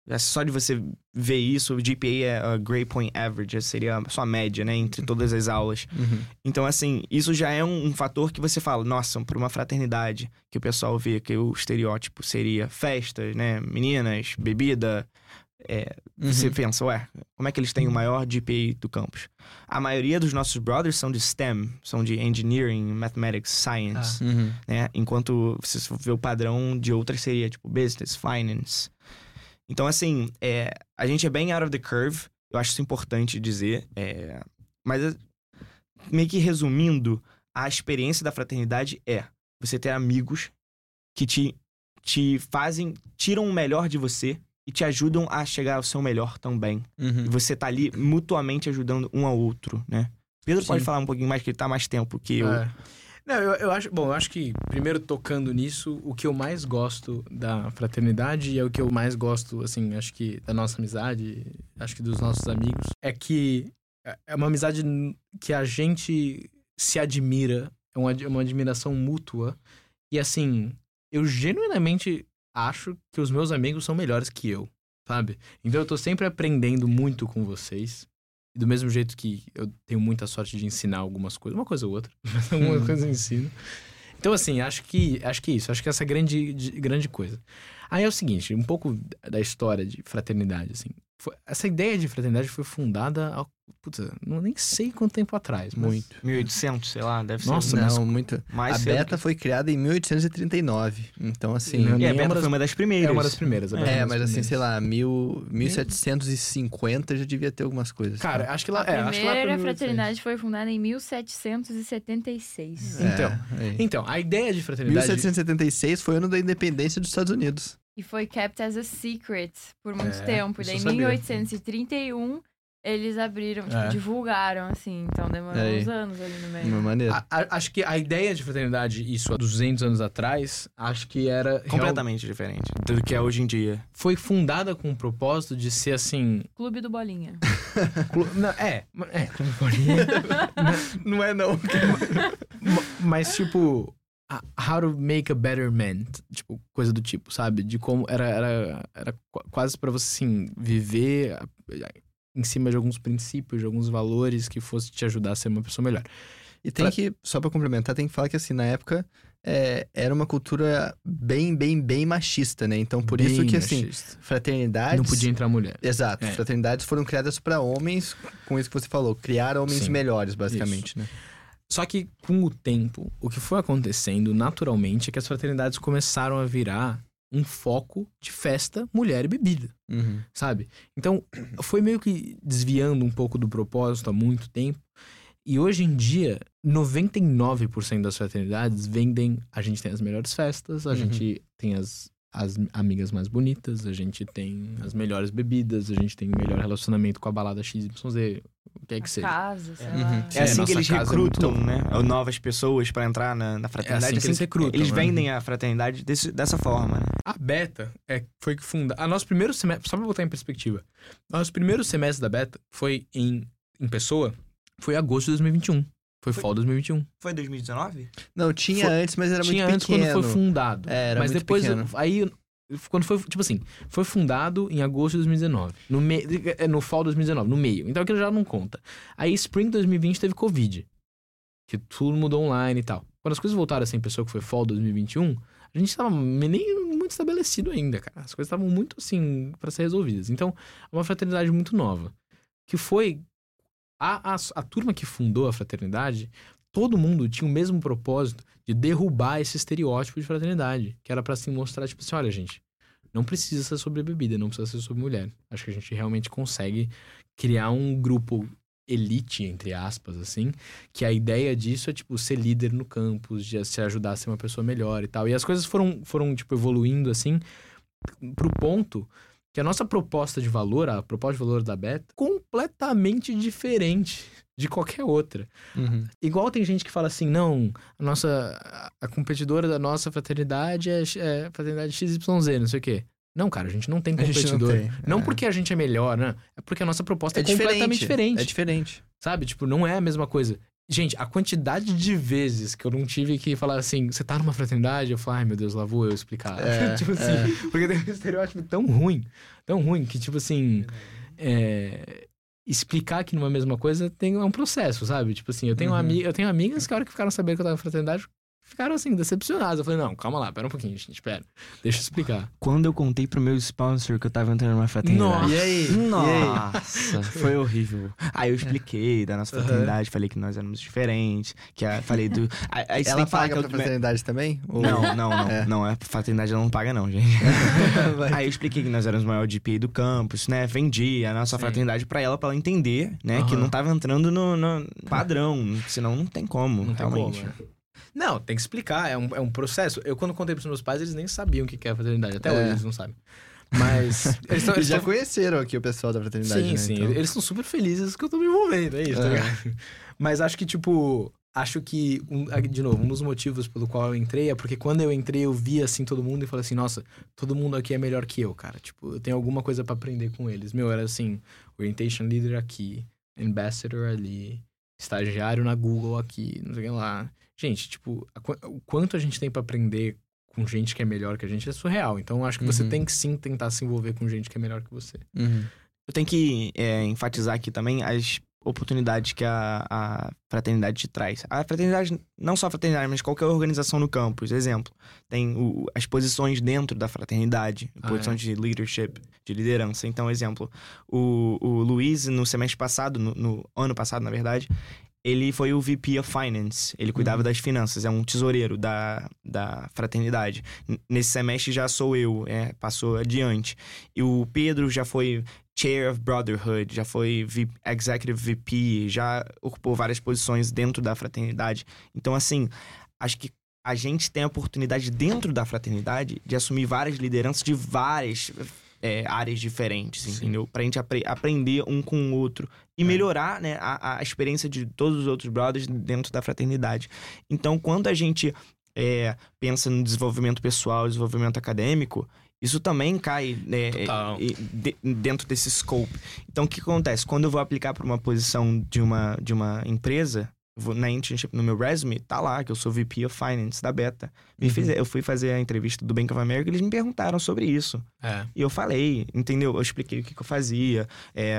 Só de você ver isso, o GPA é a Grade Point Average, seria a sua média, né? Entre todas as aulas. Então, assim, isso já é um fator que você fala, nossa, para uma fraternidade, que o pessoal vê que o estereótipo seria festas, né? Meninas, bebida. Você pensa, como é que eles têm o maior GPA do campus? A maioria dos nossos brothers são de STEM, são de Engineering, Mathematics, Science, né? Enquanto você vê o padrão de outras seria, tipo, Business, Finance. Então, assim, a gente é bem out of the curve, eu acho isso importante dizer, mas meio que resumindo, a experiência da fraternidade é você ter amigos que te fazem, tiram o melhor de você e te ajudam a chegar ao seu melhor também. E você tá ali mutuamente ajudando um ao outro, né? Pedro pode falar um pouquinho mais, que ele tá mais tempo que eu. Não, eu acho que, primeiro, tocando nisso, o que eu mais gosto da fraternidade e é o que eu mais gosto, assim, acho que da nossa amizade, acho que dos nossos amigos, é que é uma amizade que a gente se admira, é uma admiração mútua. E, assim, eu genuinamente acho que os meus amigos são melhores que eu, sabe? Então eu tô sempre aprendendo muito com vocês. Do mesmo jeito que eu tenho muita sorte de ensinar algumas coisas, uma coisa ou outra, mas alguma coisa eu ensino. Então, assim, acho que isso, acho que essa é a grande coisa. Aí é o seguinte, um pouco da história de fraternidade, assim. Essa ideia de fraternidade foi fundada há, nem sei quanto tempo atrás. Muito. 1800, sei lá, deve ser. Nossa, não, muito. Mais a Beta foi criada em 1839. Então, assim... E a Beta foi uma das primeiras. É uma das primeiras. Mas assim, sei lá, 1750 já devia ter algumas coisas. Cara, acho que lá... A primeira fraternidade foi fundada em 1776. Então, a ideia de fraternidade... 1776 foi o ano da independência dos Estados Unidos. E foi kept as a secret por muito tempo. E daí, em 1831, eles abriram, divulgaram, assim. Então, demorou uns anos ali no meio. Uma maneira. Acho que a ideia de fraternidade, isso há 200 anos atrás, acho que era... completamente diferente do que é hoje em dia. Foi fundada com o propósito de ser, assim... Clube do Bolinha. Clube do Bolinha. Não é, não. Mas, tipo... How to make a better man, tipo, coisa do tipo, sabe? De como era quase pra você, assim, viver em cima de alguns princípios, de alguns valores que fosse te ajudar a ser uma pessoa melhor. E tem que, só pra complementar, tem que falar que, assim, na época, era uma cultura bem machista, né? Então, por isso que, assim, fraternidades... Não podia entrar mulher. Exato. Fraternidades foram criadas pra homens, com isso que você falou, criar homens melhores, basicamente, isso. né? Só que, com o tempo, o que foi acontecendo naturalmente é que as fraternidades começaram a virar um foco de festa, mulher e bebida, sabe? Então, foi meio que desviando um pouco do propósito há muito tempo. E hoje em dia, 99% das fraternidades vendem... A gente tem as melhores festas, a gente tem as amigas mais bonitas, a gente tem as melhores bebidas, a gente tem o melhor relacionamento com a balada XYZ, o que é que seja. Casa, sei lá. É assim que eles recrutam, né? Novas pessoas pra entrar na fraternidade. É assim que eles recrutam. Eles vendem a fraternidade dessa forma, né? A Beta foi que funda... Nosso primeiro semestre... Só pra botar em perspectiva. Nosso primeiro semestre da Beta foi em pessoa, foi agosto de 2021. Foi fall de 2021. Foi 2019? Não, tinha antes, mas era muito pequeno. Tinha antes quando foi fundado. Era mas muito depois, pequeno. Aí, quando foi, tipo assim, foi fundado em agosto de 2019. No fall de 2019, no meio. Então aquilo já não conta. Aí, spring de 2020 teve Covid. Que tudo mudou online e tal. Quando as coisas voltaram assim, pessoa que foi fall de 2021, a gente tava nem muito estabelecido ainda, cara. As coisas estavam muito, assim, pra ser resolvidas. Então, é uma fraternidade muito nova. Que foi... A turma que fundou a fraternidade, todo mundo tinha o mesmo propósito de derrubar esse estereótipo de fraternidade. Que era pra assim mostrar, tipo assim, olha, gente, não precisa ser sobre bebida, não precisa ser sobre mulher. Acho que a gente realmente consegue criar um grupo elite, entre aspas, assim, que a ideia disso é, tipo, ser líder no campus, de se ajudar a ser uma pessoa melhor e tal. E as coisas foram tipo, evoluindo, assim, pro ponto... que a nossa proposta de valor, a proposta de valor da Beta, é completamente diferente de qualquer outra. Igual tem gente que fala assim, não, a competidora da nossa fraternidade é fraternidade XYZ, não sei o quê. Não, cara, a gente não tem competidor. Não porque a gente é melhor, né? É porque a nossa proposta é completamente diferente. É diferente. Sabe? Tipo, não é a mesma coisa. Gente, a quantidade de vezes que eu não tive que falar assim, você tá numa fraternidade? Eu falo, ai meu Deus, lá vou eu explicar. Tipo assim, porque tem um estereótipo tão ruim, que tipo assim, explicar que numa mesma coisa é um processo, sabe? Tipo assim, eu tenho amigas que a hora que ficaram sabendo que eu tava na fraternidade, ficaram assim, decepcionadas. Eu falei, não, calma lá, pera um pouquinho, gente, pera. Deixa eu explicar. Quando eu contei pro meu sponsor que eu tava entrando numa fraternidade... Nossa! E aí? Nossa, foi horrível. Aí eu expliquei da nossa fraternidade, falei que nós éramos diferentes, falei do... Aí Ela paga pra fraternidade também? Ou... Não, a fraternidade ela não paga não, gente. Aí eu expliquei que nós éramos o maior GPA do campus, né? Vendi a nossa fraternidade pra ela entender, né? Que não tava entrando no padrão, senão não tem como, Não realmente. tem como, Não, tem que explicar, é um processo. Eu, quando contei pros meus pais, eles nem sabiam o que é a fraternidade. Até hoje eles não sabem. Mas... Eles já conheceram aqui o pessoal da fraternidade, sim, né? Sim, então... eles estão super felizes que eu tô me envolvendo, é isso, tá ligado? Mas acho que, de novo, um dos motivos pelo qual eu entrei é porque quando eu entrei, eu vi, assim, todo mundo e falei assim, nossa, todo mundo aqui é melhor que eu, cara. Tipo, eu tenho alguma coisa pra aprender com eles. Era assim, Orientation Leader aqui, Ambassador ali, estagiário na Google aqui, não sei o que lá. Gente, tipo, o quanto a gente tem pra aprender com gente que é melhor que a gente é surreal. Então, eu acho que você tem que sim tentar se envolver com gente que é melhor que você. Eu tenho que enfatizar aqui também as oportunidades que a fraternidade te traz. A fraternidade, não só a fraternidade, mas qualquer organização no campus. Exemplo, tem as posições dentro da fraternidade, posições de leadership, de liderança. Então, exemplo, o Luiz, no semestre passado, no ano passado, na verdade, ele foi o VP of Finance. Ele cuidava das finanças. É um tesoureiro da fraternidade. Nesse semestre já sou eu. Passou adiante. E o Pedro já foi Chair of Brotherhood. Já foi Executive VP. Já ocupou várias posições dentro da fraternidade. Então, assim, acho que a gente tem a oportunidade dentro da fraternidade de assumir várias lideranças de várias áreas diferentes, entendeu? Pra gente aprender um com o outro e melhorar, né, a experiência de todos os outros brothers dentro da fraternidade. Então, quando a gente pensa no desenvolvimento pessoal, desenvolvimento acadêmico, isso também cai dentro desse scope. Então, o que acontece? Quando eu vou aplicar para uma posição de uma empresa, na internship, no meu resume, tá lá que eu sou VP of Finance da Beta. Eu fui fazer a entrevista do Bank of America e eles me perguntaram sobre isso. E eu falei, entendeu? Eu expliquei o que eu fazia,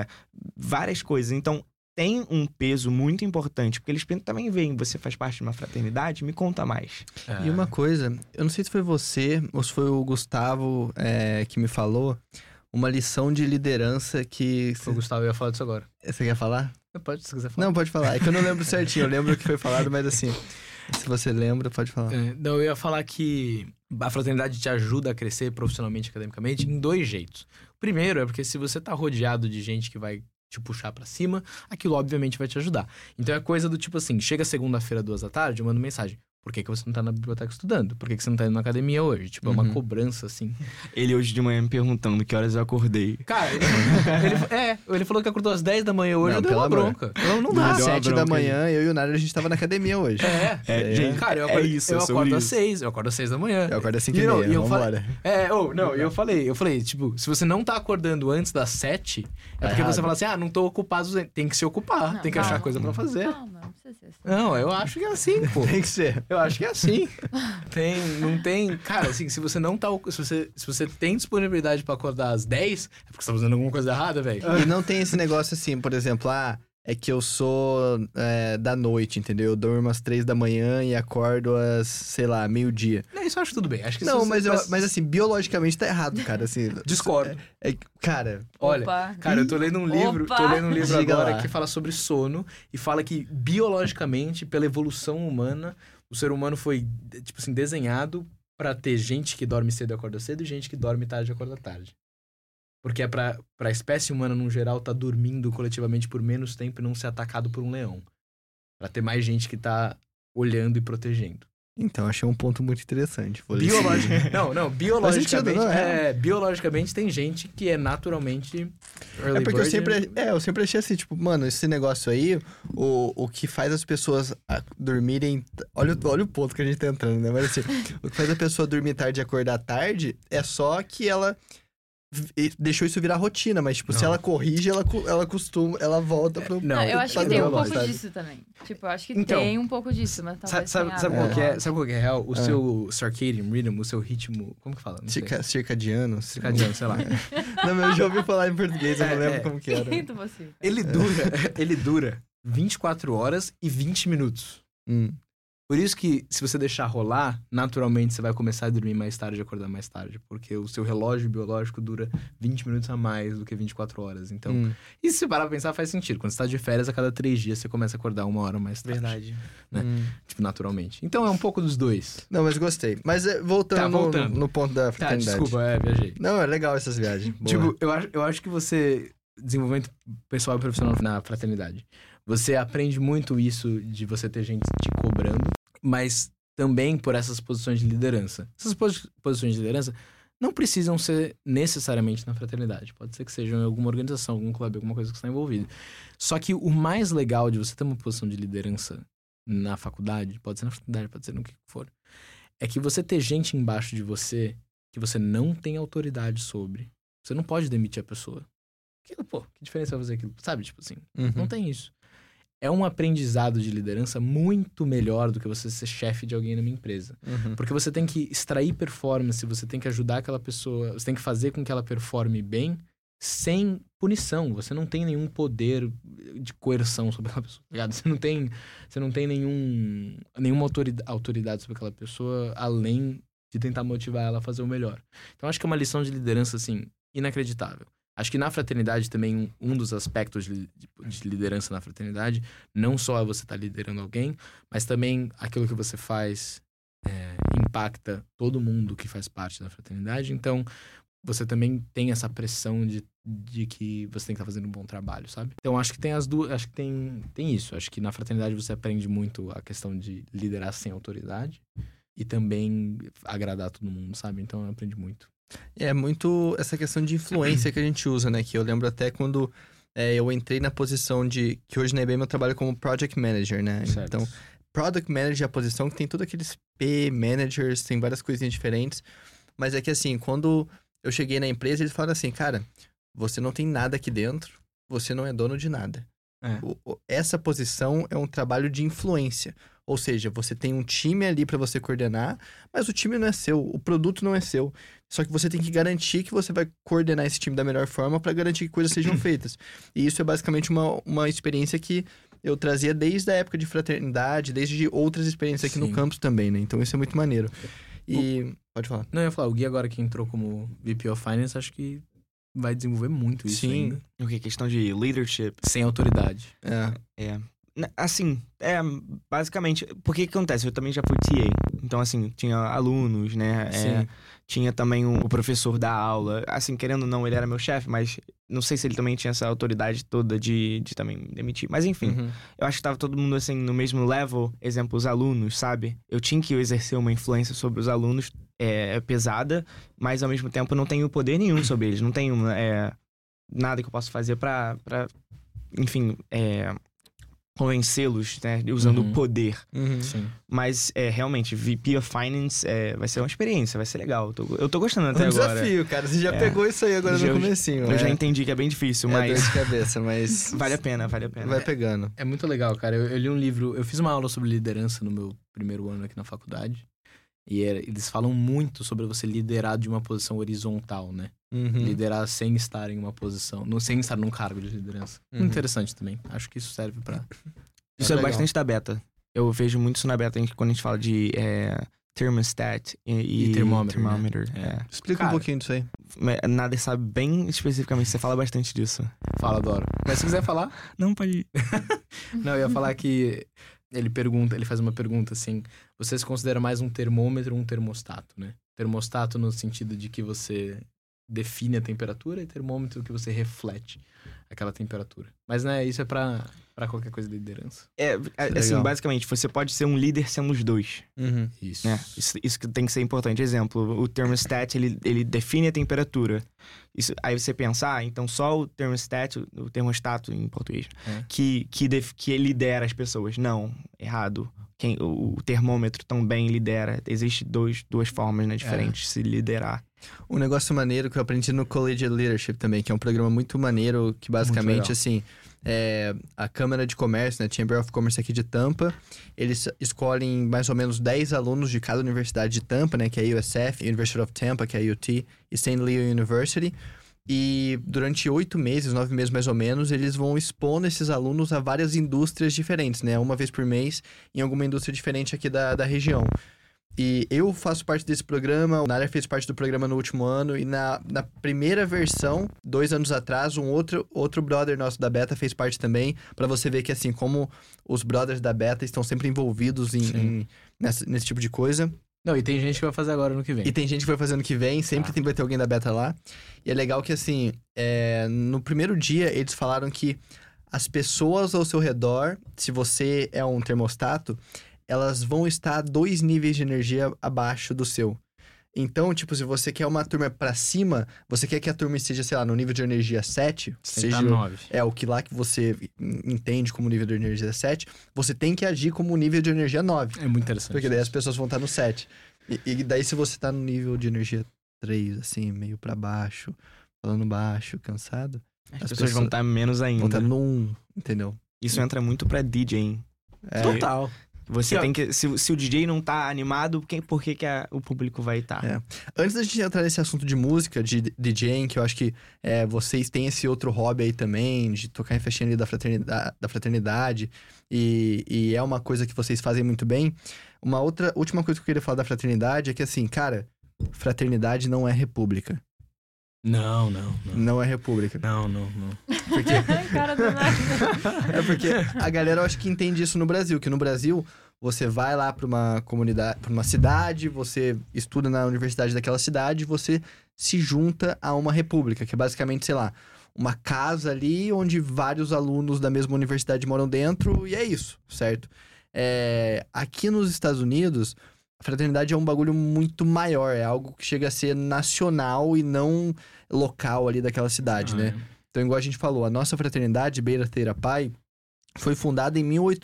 várias coisas. Então, tem um peso muito importante, porque eles também veem, você faz parte de uma fraternidade, me conta mais. E uma coisa, eu não sei se foi você ou se foi o Gustavo que me falou, uma lição de liderança que... Foi o Gustavo, eu ia falar disso agora. Você quer falar? Pode, se quiser falar. Não, pode falar. É que eu não lembro certinho. Eu lembro o que foi falado, mas assim, se você lembra, pode falar. Não, eu ia falar que a fraternidade te ajuda a crescer profissionalmente, academicamente, em 2 jeitos. O primeiro é porque se você tá rodeado de gente que vai te puxar pra cima, aquilo obviamente vai te ajudar. Então é coisa do tipo assim, chega segunda-feira, 2h, eu mando mensagem. Por que você não tá na biblioteca estudando? Por que você não tá indo na academia hoje? Tipo, é uma cobrança, assim. Ele hoje de manhã me perguntando que horas eu acordei. Cara, ele falou que acordou às 10 da manhã hoje, eu dei uma bronca. Não dá. Às 7 da manhã, eu e o Nário, a gente tava na academia hoje. Gente, cara, eu acordo às 6. Eu acordo às 6 da manhã. Eu acordo às 5h30, vambora. Eu falei, tipo, se você não tá acordando antes das 7, é porque você fala assim, não tô ocupado, tem que se ocupar, tem que achar coisa pra fazer. Calma, não precisa ser assim. Não, eu acho que é assim, pô. Tem que ser. Eu acho que é assim. Não tem... Cara, assim, se você não tá... Se você tem disponibilidade pra acordar às 10, é porque você tá fazendo alguma coisa errada, velho. E não tem esse negócio assim, por exemplo, é que eu sou da noite, entendeu? Eu durmo às 3 da manhã e acordo às, sei lá, meio-dia. Isso eu acho tudo bem. Acho que não, mas assim, biologicamente tá errado, cara. Assim, discordo. Cara... Olha, cara, eu tô lendo um livro Diga agora lá. que fala sobre sono e fala que biologicamente, pela evolução humana, o ser humano foi, tipo assim, desenhado pra ter gente que dorme cedo e acorda cedo e gente que dorme tarde e acorda tarde. Porque é pra espécie humana, no geral, tá dormindo coletivamente por menos tempo e não ser atacado por um leão. Pra ter mais gente que tá olhando e protegendo. Então, achei um ponto muito interessante. Biologicamente, biologicamente tem gente que é naturalmente early porque bird, eu sempre achei assim, tipo, mano, esse negócio aí, o que faz as pessoas dormirem... Olha o ponto que a gente tá entrando, né? Mas assim, o que faz a pessoa dormir tarde e acordar tarde é só que ela deixou isso virar rotina, mas, tipo, se ela corrige, ela costuma, ela volta pro... Não, eu acho que tem um pouco sabe? disso também. Tipo, eu acho que Então, tem um pouco disso, mas talvez Sabe tenha qual algo. que é? Sabe qual que é real? O seu circadian rhythm, o seu ritmo... Como que fala? Não sei. Circadiano. Circadiano, sei lá. Não, mas eu já ouvi falar em português, eu não lembro É. como que era. Muito possível. Ele dura 24 horas e 20 minutos. Por isso que, se você deixar rolar, naturalmente você vai começar a dormir mais tarde e acordar mais tarde. Porque o seu relógio biológico dura 20 minutos a mais do que 24 horas. Então, e se você parar pra pensar, faz sentido. Quando você tá de férias, a cada 3 dias você começa a acordar 1 hora mais tarde. Verdade. Né? Tipo, naturalmente. Então, é um pouco dos dois. Não, mas gostei. Mas voltando no ponto da Tá, fraternidade. desculpa, viajei. Não, é legal essas viagens. Boa. Tipo, eu acho que você... Desenvolvimento pessoal e profissional na fraternidade. Você aprende muito isso de você ter gente te cobrando, mas também por essas posições de liderança. Essas posições de liderança não precisam ser necessariamente na fraternidade. Pode ser que sejam em alguma organização, algum clube, alguma coisa que você está envolvido. Só que o mais legal de você ter uma posição de liderança na faculdade, pode ser na faculdade, pode ser no que for, é que você ter gente embaixo de você que você não tem autoridade sobre. Você não pode demitir a pessoa. Que diferença vai fazer aquilo? Sabe, tipo assim, não tem isso. É um aprendizado de liderança muito melhor do que você ser chefe de alguém na minha empresa. Porque você tem que extrair performance, você tem que ajudar aquela pessoa, você tem que fazer com que ela performe bem sem punição. Você não tem nenhum poder de coerção sobre aquela pessoa, tá ligado? Você não tem nenhuma autoridade sobre aquela pessoa, além de tentar motivar ela a fazer o melhor. Então, acho que é uma lição de liderança, assim, inacreditável. Acho que na fraternidade também, um dos aspectos de liderança na fraternidade, não só é você estar liderando alguém, mas também aquilo que você faz impacta todo mundo que faz parte da fraternidade. Então, você também tem essa pressão de que você tem que estar fazendo um bom trabalho, sabe? Então, acho que tem as duas... Acho que tem isso. Acho que na fraternidade você aprende muito a questão de liderar sem autoridade e também agradar todo mundo, sabe? Então, eu aprendi muito. É muito essa questão de influência que a gente usa, né? Que eu lembro até quando eu entrei na posição de... Que hoje na IBM eu trabalho como Project Manager, né? Certo. Então, Product Manager é a posição que tem todos aqueles P-Managers, tem várias coisinhas diferentes. Mas é que assim, quando eu cheguei na empresa, eles falaram assim, cara, você não tem nada aqui dentro, você não é dono de nada. Essa posição é um trabalho de influência. Ou seja, você tem um time ali para você coordenar, mas o time não é seu, o produto não é seu. Só que você tem que garantir que você vai coordenar esse time da melhor forma para garantir que coisas sejam feitas. E isso é basicamente uma experiência que eu trazia desde a época de fraternidade, desde outras experiências aqui no campus também, né? Então isso é muito maneiro. E... Pode falar. Não, eu ia falar, o Gui agora que entrou como VP of Finance, acho que vai desenvolver muito isso ainda. O que? Questão de leadership. Sem autoridade. Assim, basicamente, porque que acontece? Eu também já fui TA, então assim, tinha alunos, né? Tinha também o professor da aula, assim, querendo ou não, ele era meu chefe, mas não sei se ele também tinha essa autoridade toda de também demitir. Mas enfim, eu acho que tava todo mundo assim, no mesmo level, exemplo, os alunos, sabe? Eu tinha que exercer uma influência sobre os alunos pesada, mas ao mesmo tempo eu não tenho poder nenhum sobre eles, não tenho nada que eu possa fazer pra enfim, convencê-los, né, usando o poder. Sim. Mas, realmente, VP of Finance vai ser uma experiência, vai ser legal. Eu tô gostando até agora. Desafio, cara. Você já pegou isso aí agora no comecinho. Eu já entendi que é bem difícil, mas... dor de cabeça, mas... Vale a pena. Vai pegando. É muito legal, cara. Eu li um livro... Eu fiz uma aula sobre liderança no meu primeiro ano aqui na faculdade. E eles falam muito sobre você liderar de uma posição horizontal, né? Liderar sem estar em uma posição... sem estar num cargo de liderança. Muito interessante também. Acho que isso serve pra... Isso é bastante da beta. Eu vejo muito isso na beta quando a gente fala de thermostat e thermometer. Né? Explica um pouquinho disso aí. Nader sabe bem especificamente. Você fala bastante disso. Fala, adoro. Mas se quiser falar... Não, pode ir. Não, eu ia falar que... Ele faz uma pergunta assim: você se considera mais um termômetro ou um termostato, né? Termostato no sentido de que você define a temperatura e termômetro que você reflete aquela temperatura. Mas, né, isso é pra qualquer coisa de liderança. Assim, basicamente, você pode ser um líder sendo os dois. Isso. Né? Isso que tem que ser importante. Exemplo, o thermostat, ele define a temperatura. Aí você pensa, então só o termostato em português, que lidera as pessoas. Não, errado. o termômetro também lidera. Existe duas formas, né, diferentes de se liderar. Um negócio maneiro que eu aprendi no Collegiate Leadership também, que é um programa muito maneiro, que basicamente, assim, a Câmara de Comércio, né, Chamber of Commerce aqui de Tampa, eles escolhem mais ou menos 10 alunos de cada universidade de Tampa, né, que é a USF, University of Tampa, que é a UT, e St. Leo University. E durante 8 meses, 9 meses mais ou menos, eles vão expondo esses alunos a várias indústrias diferentes, né? Uma vez por mês, em alguma indústria diferente aqui da região. E eu faço parte desse programa, o Nader fez parte do programa no último ano, e na primeira versão, 2 anos atrás, um outro brother nosso da Beta fez parte também, pra você ver que, assim, como os brothers da Beta estão sempre envolvidos nesse tipo de coisa. Não, e tem gente que vai fazer agora no que vem. E tem gente que vai fazer ano que vem, sempre vai ter alguém da Beta lá. E é legal que, assim, no primeiro dia, eles falaram que as pessoas ao seu redor, se você é um termostato, elas vão estar 2 níveis de energia abaixo do seu. Então, tipo, se você quer uma turma pra cima, você quer que a turma esteja, sei lá, no nível de energia 7, seja 9. o que lá que você entende como nível de energia 7, você tem que agir como nível de energia 9. É muito interessante. Porque daí as pessoas vão estar no 7. E daí se você tá no nível de energia 3, assim, meio pra baixo, falando baixo, cansado, as pessoas vão estar menos ainda. Vão estar no 1, entendeu? Isso entra muito pra DJing. Total. Você tem que... Se o DJ não tá animado, por que o público vai estar? Antes da gente entrar nesse assunto de música, de DJing, que eu acho que vocês têm esse outro hobby aí também, de tocar em festinha ali da fraternidade, e é uma coisa que vocês fazem muito bem. Uma última coisa que eu queria falar da fraternidade é que, assim, cara, fraternidade não é república. Não. Não é república. Não. Porque... Cara do nada. É porque a galera, eu acho que entende isso no Brasil. Que no Brasil, você vai lá pra uma comunidade, pra uma cidade, você estuda na universidade daquela cidade, você se junta a uma república, que é basicamente, sei lá, uma casa ali onde vários alunos da mesma universidade moram dentro, e é isso, certo? Aqui nos Estados Unidos, a fraternidade é um bagulho muito maior, é algo que chega a ser nacional e não local ali daquela cidade, né? Então, igual a gente falou, a nossa fraternidade, Beta Theta Pi, foi fundada em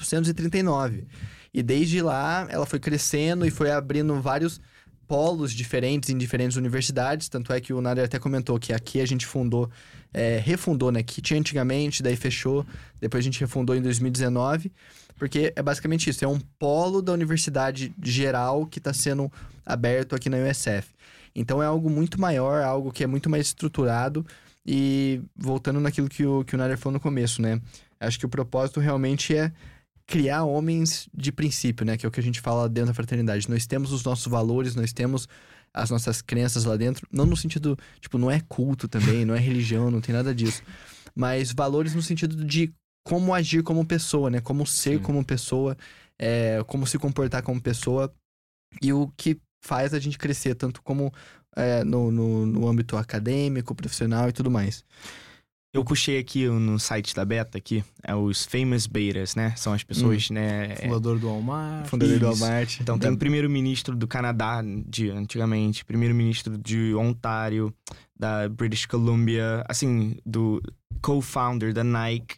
1839. E desde lá, ela foi crescendo e foi abrindo vários polos diferentes em diferentes universidades. Tanto é que o Nader até comentou que aqui a gente refundou, né? Que tinha antigamente, daí fechou. Depois a gente refundou em 2019. Porque é basicamente isso, é um polo da universidade geral que está sendo aberto aqui na USF. Então é algo muito maior, algo que é muito mais estruturado. E voltando naquilo que o Nader falou no começo, né? Acho que o propósito realmente é criar homens de princípio, né? Que é o que a gente fala dentro da fraternidade. Nós temos os nossos valores, nós temos as nossas crenças lá dentro. Não no sentido, tipo, não é culto também, não é religião, não tem nada disso. Mas valores no sentido de como agir como pessoa, né? Como ser como pessoa, como se comportar como pessoa. E o que faz a gente crescer, tanto como no âmbito acadêmico, profissional e tudo mais. Eu puxei aqui no site da Beta, aqui, os famous betas, né? São as pessoas, né? Fundador do Walmart. Fundador do Walmart. Então tem o primeiro-ministro do Canadá, antigamente, primeiro-ministro de Ontário, da British Columbia, assim, do co-founder da Nike,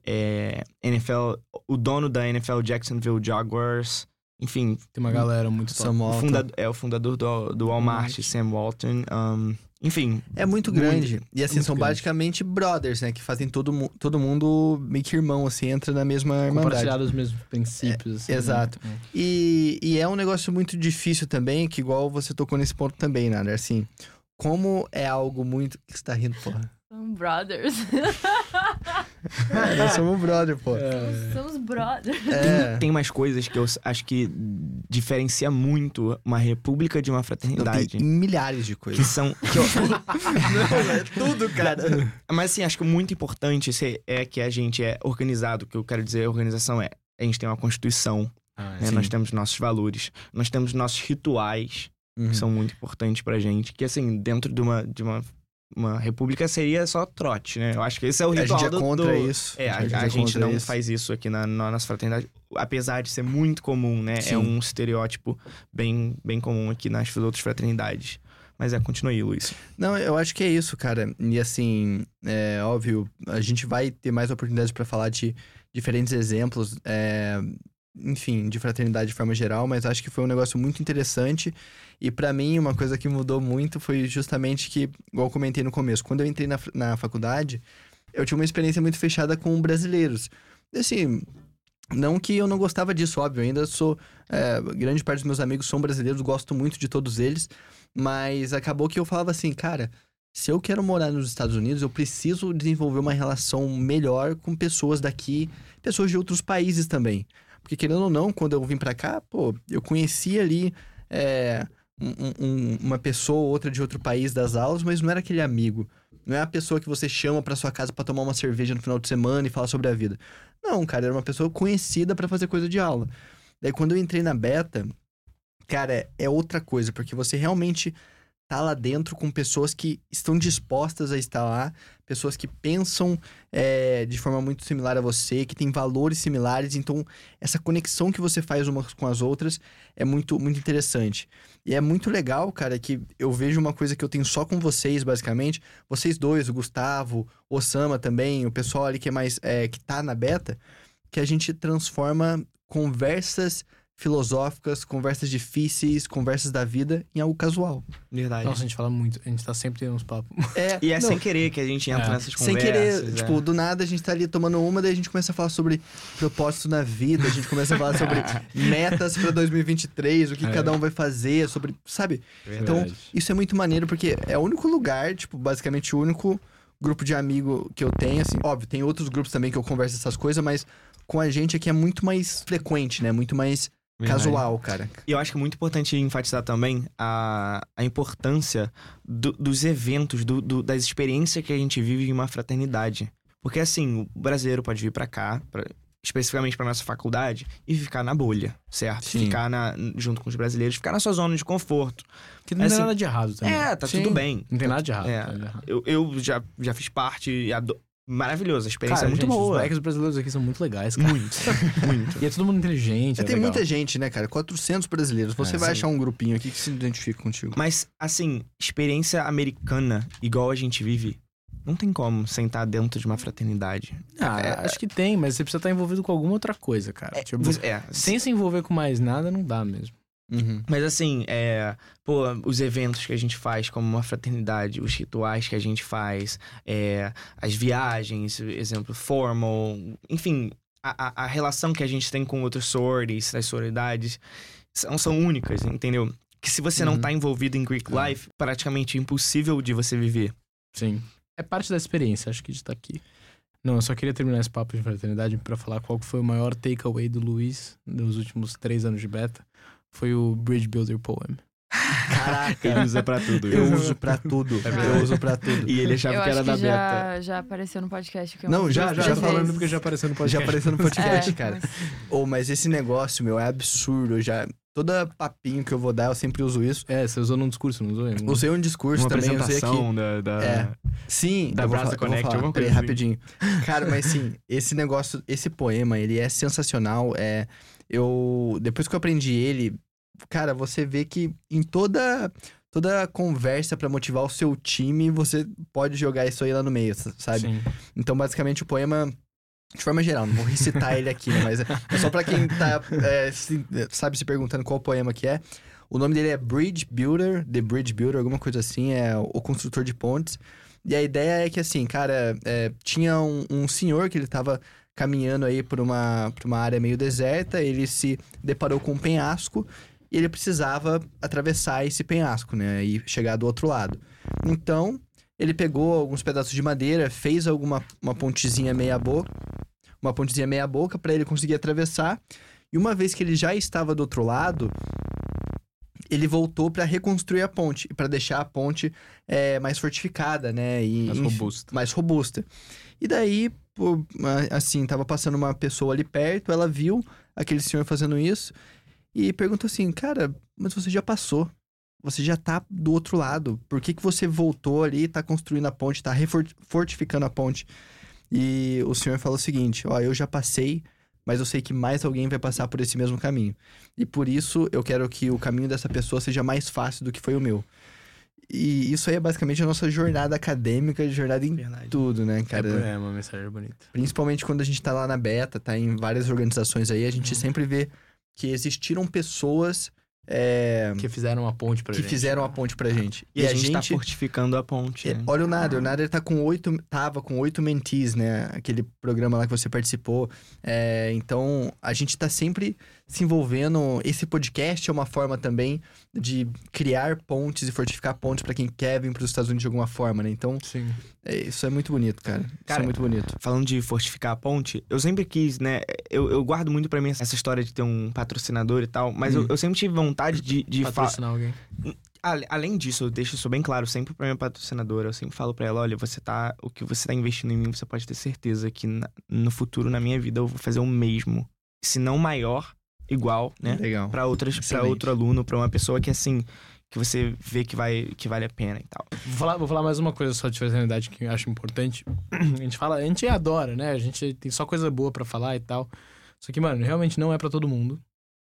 NFL, o dono da NFL Jacksonville Jaguars, enfim. Tem uma galera muito top. O fundador do Walmart, Sam Walton. Enfim. É muito grande. E assim, são basicamente brothers, né? Que fazem todo mundo meio que irmão, assim, entra na mesma irmandade. Compartilhar os mesmos princípios. Assim, exato. Né? E é um negócio muito difícil também, que igual você tocou nesse ponto também, Nader, assim. Como é algo muito... O que você tá rindo, porra? São brothers. Nós somos brother, pô. Somos brothers. Tem mais coisas que eu acho que diferencia muito uma república de uma fraternidade. Tem milhares de coisas. Que são... Não, é tudo, cara. Mas assim, acho que o muito importante é que a gente é organizado. O que eu quero dizer, organização a gente tem uma constituição, né? Nós temos nossos valores, nós temos nossos rituais, que são muito importantes pra gente. Que assim, dentro de uma república seria só trote, né? Eu acho que esse é o ritual. A gente é contra isso. A gente não faz isso aqui na nossa fraternidade. Apesar de ser muito comum, né? Sim. É um estereótipo bem, bem comum aqui nas outras fraternidades. Mas continua aí, Luiz. Não, eu acho que é isso, cara. E assim, óbvio, a gente vai ter mais oportunidades pra falar de diferentes exemplos enfim, de fraternidade de forma geral, mas acho que foi um negócio muito interessante. E pra mim, uma coisa que mudou muito foi justamente que, igual eu comentei no começo, quando eu entrei na faculdade, eu tinha uma experiência muito fechada com brasileiros. Assim, não que eu não gostava disso, óbvio, eu ainda sou... grande parte dos meus amigos são brasileiros, gosto muito de todos eles, mas acabou que eu falava assim, cara, se eu quero morar nos Estados Unidos, eu preciso desenvolver uma relação melhor com pessoas daqui, pessoas de outros países também. Porque querendo ou não, quando eu vim pra cá, pô, eu conheci ali uma pessoa ou outra de outro país das aulas, mas não era aquele amigo. Não é a pessoa que você chama pra sua casa pra tomar uma cerveja no final de semana e falar sobre a vida. Não, cara, era uma pessoa conhecida pra fazer coisa de aula. Daí quando eu entrei na Beta, cara, é outra coisa, porque você realmente tá lá dentro com pessoas que estão dispostas a estar lá, pessoas que pensam de forma muito similar a você, que têm valores similares, então essa conexão que você faz umas com as outras é muito, muito interessante. E é muito legal, cara, que eu vejo uma coisa que eu tenho só com vocês, basicamente, vocês dois, o Gustavo, o Osama também, o pessoal ali que é mais, que tá na Beta, que a gente transforma conversas filosóficas, conversas difíceis, conversas da vida em algo casual. Verdade. Nossa, a gente fala muito. A gente tá sempre tendo uns papos. E é sem querer que a gente entra nessas conversas. Sem querer, tipo, do nada a gente tá ali tomando uma, daí a gente começa a falar sobre propósito na vida, a gente começa a falar sobre metas pra 2023, o que cada um vai fazer, sobre, sabe? Verdade. Então, isso é muito maneiro, porque é o único lugar, tipo, basicamente o único grupo de amigo que eu tenho, assim, óbvio, tem outros grupos também que eu converso essas coisas, mas com a gente aqui é muito mais frequente, né? Muito mais casual, cara. E eu acho que é muito importante enfatizar também a importância dos eventos, das experiências que a gente vive em uma fraternidade. Porque, assim, o brasileiro pode vir pra cá, especificamente pra nossa faculdade, e ficar na bolha, certo? Sim. Ficar junto com os brasileiros, ficar na sua zona de conforto. Que não tem nada de errado também. Tá Sim. tudo bem. Não tem nada de errado. Eu já fiz parte e maravilhoso, a experiência Cara, é muito gente, boa. Os moleques brasileiros aqui são muito legais, cara. Muito. E é todo mundo inteligente. Tem legal. muita gente, né, cara? 400 brasileiros. Você vai sim. achar um grupinho aqui que se identifica contigo. Mas, assim, experiência americana, igual a gente vive, não tem como sentar dentro de uma fraternidade. Acho que tem, mas você precisa estar envolvido com alguma outra coisa, cara. Sem se envolver com mais nada, não dá mesmo. Uhum. Mas assim, os eventos que a gente faz como uma fraternidade, os rituais que a gente faz, as viagens, exemplo, formal, enfim, a relação que a gente tem com outros sororities, as sororidades, são únicas, entendeu? Que se você não tá envolvido em Greek Life, praticamente impossível de você viver. Sim. É parte da experiência, acho que de estar aqui. Não, eu só queria terminar esse papo de fraternidade pra falar qual foi o maior takeaway do Luiz nos últimos 3 anos de beta. Foi o Bridge Builder Poem. Caraca, Ele usa pra tudo. eu uso pra tudo. Eu uso pra tudo. E ele achava que era da beta. Já apareceu no podcast. Que Não, já falando porque já apareceu no podcast. Já apareceu no podcast, É, cara. mas- Mas esse negócio, meu, é absurdo. Toda papinho que eu vou dar, eu sempre uso isso. Você usou num discurso, não usou? Usei um discurso Uma também, usei aqui. apresentação Sim, da eu vou Brasa falar, Connect, alguma peraí, coisa assim. rapidinho. Cara, mas sim, esse negócio, esse poema, ele é sensacional. Depois que eu aprendi ele, cara, você vê que em toda conversa pra motivar o seu time, você pode jogar isso aí lá no meio, sabe? Sim. Então, basicamente, o poema, de forma geral, não vou recitar ele aqui, né? Mas é só pra quem tá, se perguntando qual poema que é. O nome dele é Bridge Builder, The Bridge Builder, alguma coisa assim, é o construtor de pontes. E a ideia é que, assim, cara, tinha um senhor que ele tava caminhando aí por uma área meio deserta, ele se deparou com um penhasco e ele precisava atravessar esse penhasco, né? E chegar do outro lado. Então, ele pegou alguns pedaços de madeira, fez uma pontezinha meia boca para ele conseguir atravessar. E uma vez que ele já estava do outro lado, ele voltou para reconstruir a ponte, para deixar a ponte mais fortificada, né? E, mais robusta. E daí, assim, tava passando uma pessoa ali perto, ela viu aquele senhor fazendo isso e perguntou assim, cara, mas você já passou. Você já tá do outro lado. Por que você voltou ali e tá construindo a ponte, tá fortificando a ponte? E o senhor falou o seguinte, eu já passei, mas eu sei que mais alguém vai passar por esse mesmo caminho. E por isso eu quero que o caminho dessa pessoa seja mais fácil do que foi o meu. E isso aí é basicamente a nossa jornada acadêmica, jornada em tudo, né, cara? É uma mensagem bonita. Principalmente quando a gente tá lá na beta, tá em várias organizações aí, a gente sempre vê que existiram pessoas... que fizeram uma ponte pra gente. Que fizeram a ponte pra gente. E a gente tá fortificando a ponte. Né? Olha o Nader. O Nader tava com 8 mentees, né? Aquele programa lá que você participou. Então, a gente tá sempre se envolvendo. Esse podcast é uma forma também de criar pontes e fortificar pontes pra quem quer vir pros Estados Unidos de alguma forma, né? Então, Sim. Isso é muito bonito, cara. Isso é muito bonito. Falando de fortificar a ponte, eu sempre quis, né? Eu guardo muito pra mim essa história de ter um patrocinador e tal, mas eu sempre tive vontade de patrocinar alguém. Além disso, eu deixo isso bem claro sempre pra minha patrocinadora. Eu sempre falo pra ela, olha, o que você tá investindo em mim, você pode ter certeza que no futuro, na minha vida, eu vou fazer o mesmo. Se não maior, igual, né? Legal. Pra outro aluno, pra uma pessoa que, assim, que você vê que vale a pena e tal. Vou falar mais uma coisa só de fraternidade que eu acho importante. A gente adora, né? A gente tem só coisa boa pra falar e tal. Só que, mano, realmente não é pra todo mundo.